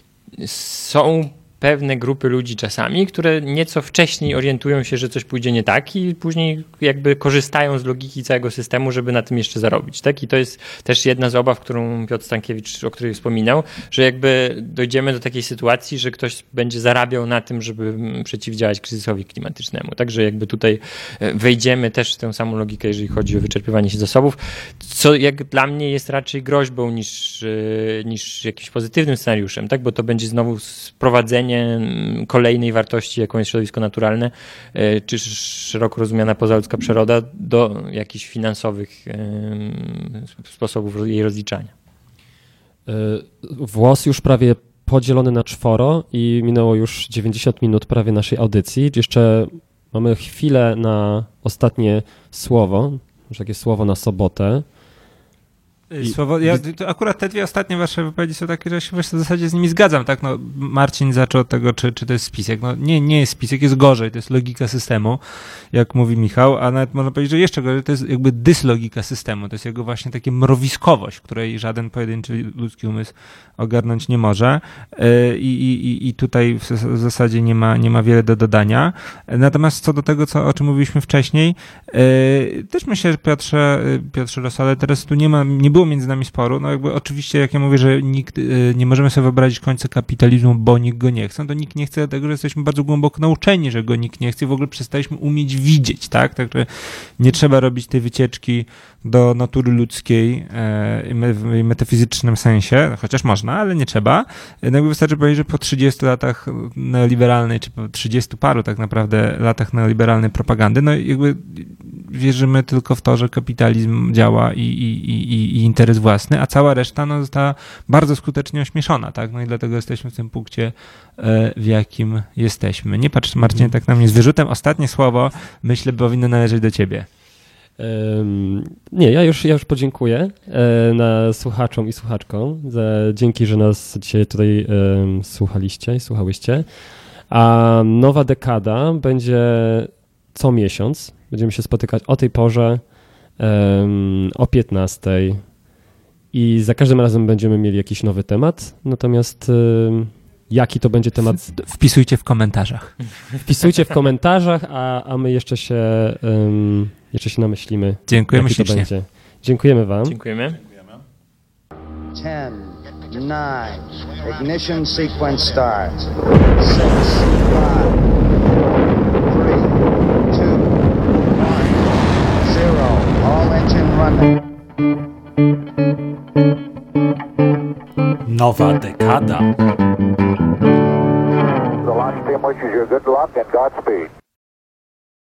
Są pewne grupy ludzi czasami, które nieco wcześniej orientują się, że coś pójdzie nie tak i później jakby korzystają z logiki całego systemu, żeby na tym jeszcze zarobić. Tak? I to jest też jedna z obaw, którą Piotr Stankiewicz, o której wspominał, że jakby dojdziemy do takiej sytuacji, że ktoś będzie zarabiał na tym, żeby przeciwdziałać kryzysowi klimatycznemu. Także jakby tutaj wejdziemy też w tę samą logikę, jeżeli chodzi o wyczerpywanie się zasobów, co jak dla mnie jest raczej groźbą niż, niż jakimś pozytywnym scenariuszem, tak? Bo to będzie znowu sprowadzenie kolejnej wartości, jaką jest środowisko naturalne, czy szeroko rozumiana pozaludzka przyroda, do jakichś finansowych sposobów jej rozliczania. Włos już prawie podzielony na czworo i minęło już dziewięćdziesiąt minut prawie naszej audycji. Jeszcze mamy chwilę na ostatnie słowo, już takie słowo na sobotę. Słowo, ja, to akurat te dwie ostatnie wasze wypowiedzi są takie, że się w zasadzie z nimi zgadzam, tak? No, Marcin zaczął od tego, czy, czy to jest spisek. No nie, nie jest spisek, jest gorzej, to jest logika systemu, jak mówi Michał, a nawet można powiedzieć, że jeszcze gorzej, to jest jakby dyslogika systemu, to jest jego właśnie takie mrowiskowość, której żaden pojedynczy ludzki umysł ogarnąć nie może i, i, i tutaj w zasadzie nie ma, nie ma wiele do dodania. Natomiast co do tego, co, o czym mówiliśmy wcześniej, też myślę, że Piotrze, Piotrze Rosale, teraz tu nie ma, nie było między nami sporu, no jakby oczywiście, jak ja mówię, że nikt, nie możemy sobie wyobrazić końca kapitalizmu, bo nikt go nie chce, to nikt nie chce, dlatego że jesteśmy bardzo głęboko nauczeni, że go nikt nie chce i w ogóle przestaliśmy umieć widzieć, tak? Także nie trzeba robić tej wycieczki do natury ludzkiej w metafizycznym sensie, chociaż można, ale nie trzeba. No jakby wystarczy powiedzieć, że po trzydziestu latach neoliberalnej, czy po trzydziestu paru tak naprawdę latach neoliberalnej propagandy, no jakby wierzymy tylko w to, że kapitalizm działa i, i, i, i interes własny, a cała reszta no, została bardzo skutecznie ośmieszona, tak? No i dlatego jesteśmy w tym punkcie, w jakim jesteśmy. Nie patrz, Marcinie, tak na mnie z wyrzutem. Ostatnie słowo, myślę, powinno należeć do ciebie. Um, nie, ja już, ja już podziękuję e, na słuchaczom i słuchaczkom. Za, dzięki, że nas dzisiaj tutaj um, słuchaliście i słuchałyście. A nowa dekada będzie co miesiąc. Będziemy się spotykać o tej porze, um, o piętnastej i za każdym razem będziemy mieli jakiś nowy temat. Natomiast um, jaki to będzie temat? Wpisujcie w komentarzach. Wpisujcie w komentarzach, a, a my jeszcze się, um, jeszcze się namyślimy. Dziękujemy jaki to ślicznie. będzie. Dziękujemy wam. Dziękujemy. ten, nine, ignition sequence starts. six, five, three, two, one, zero. All engine running. Nowa dekada. The launch team wishes you good luck and Godspeed.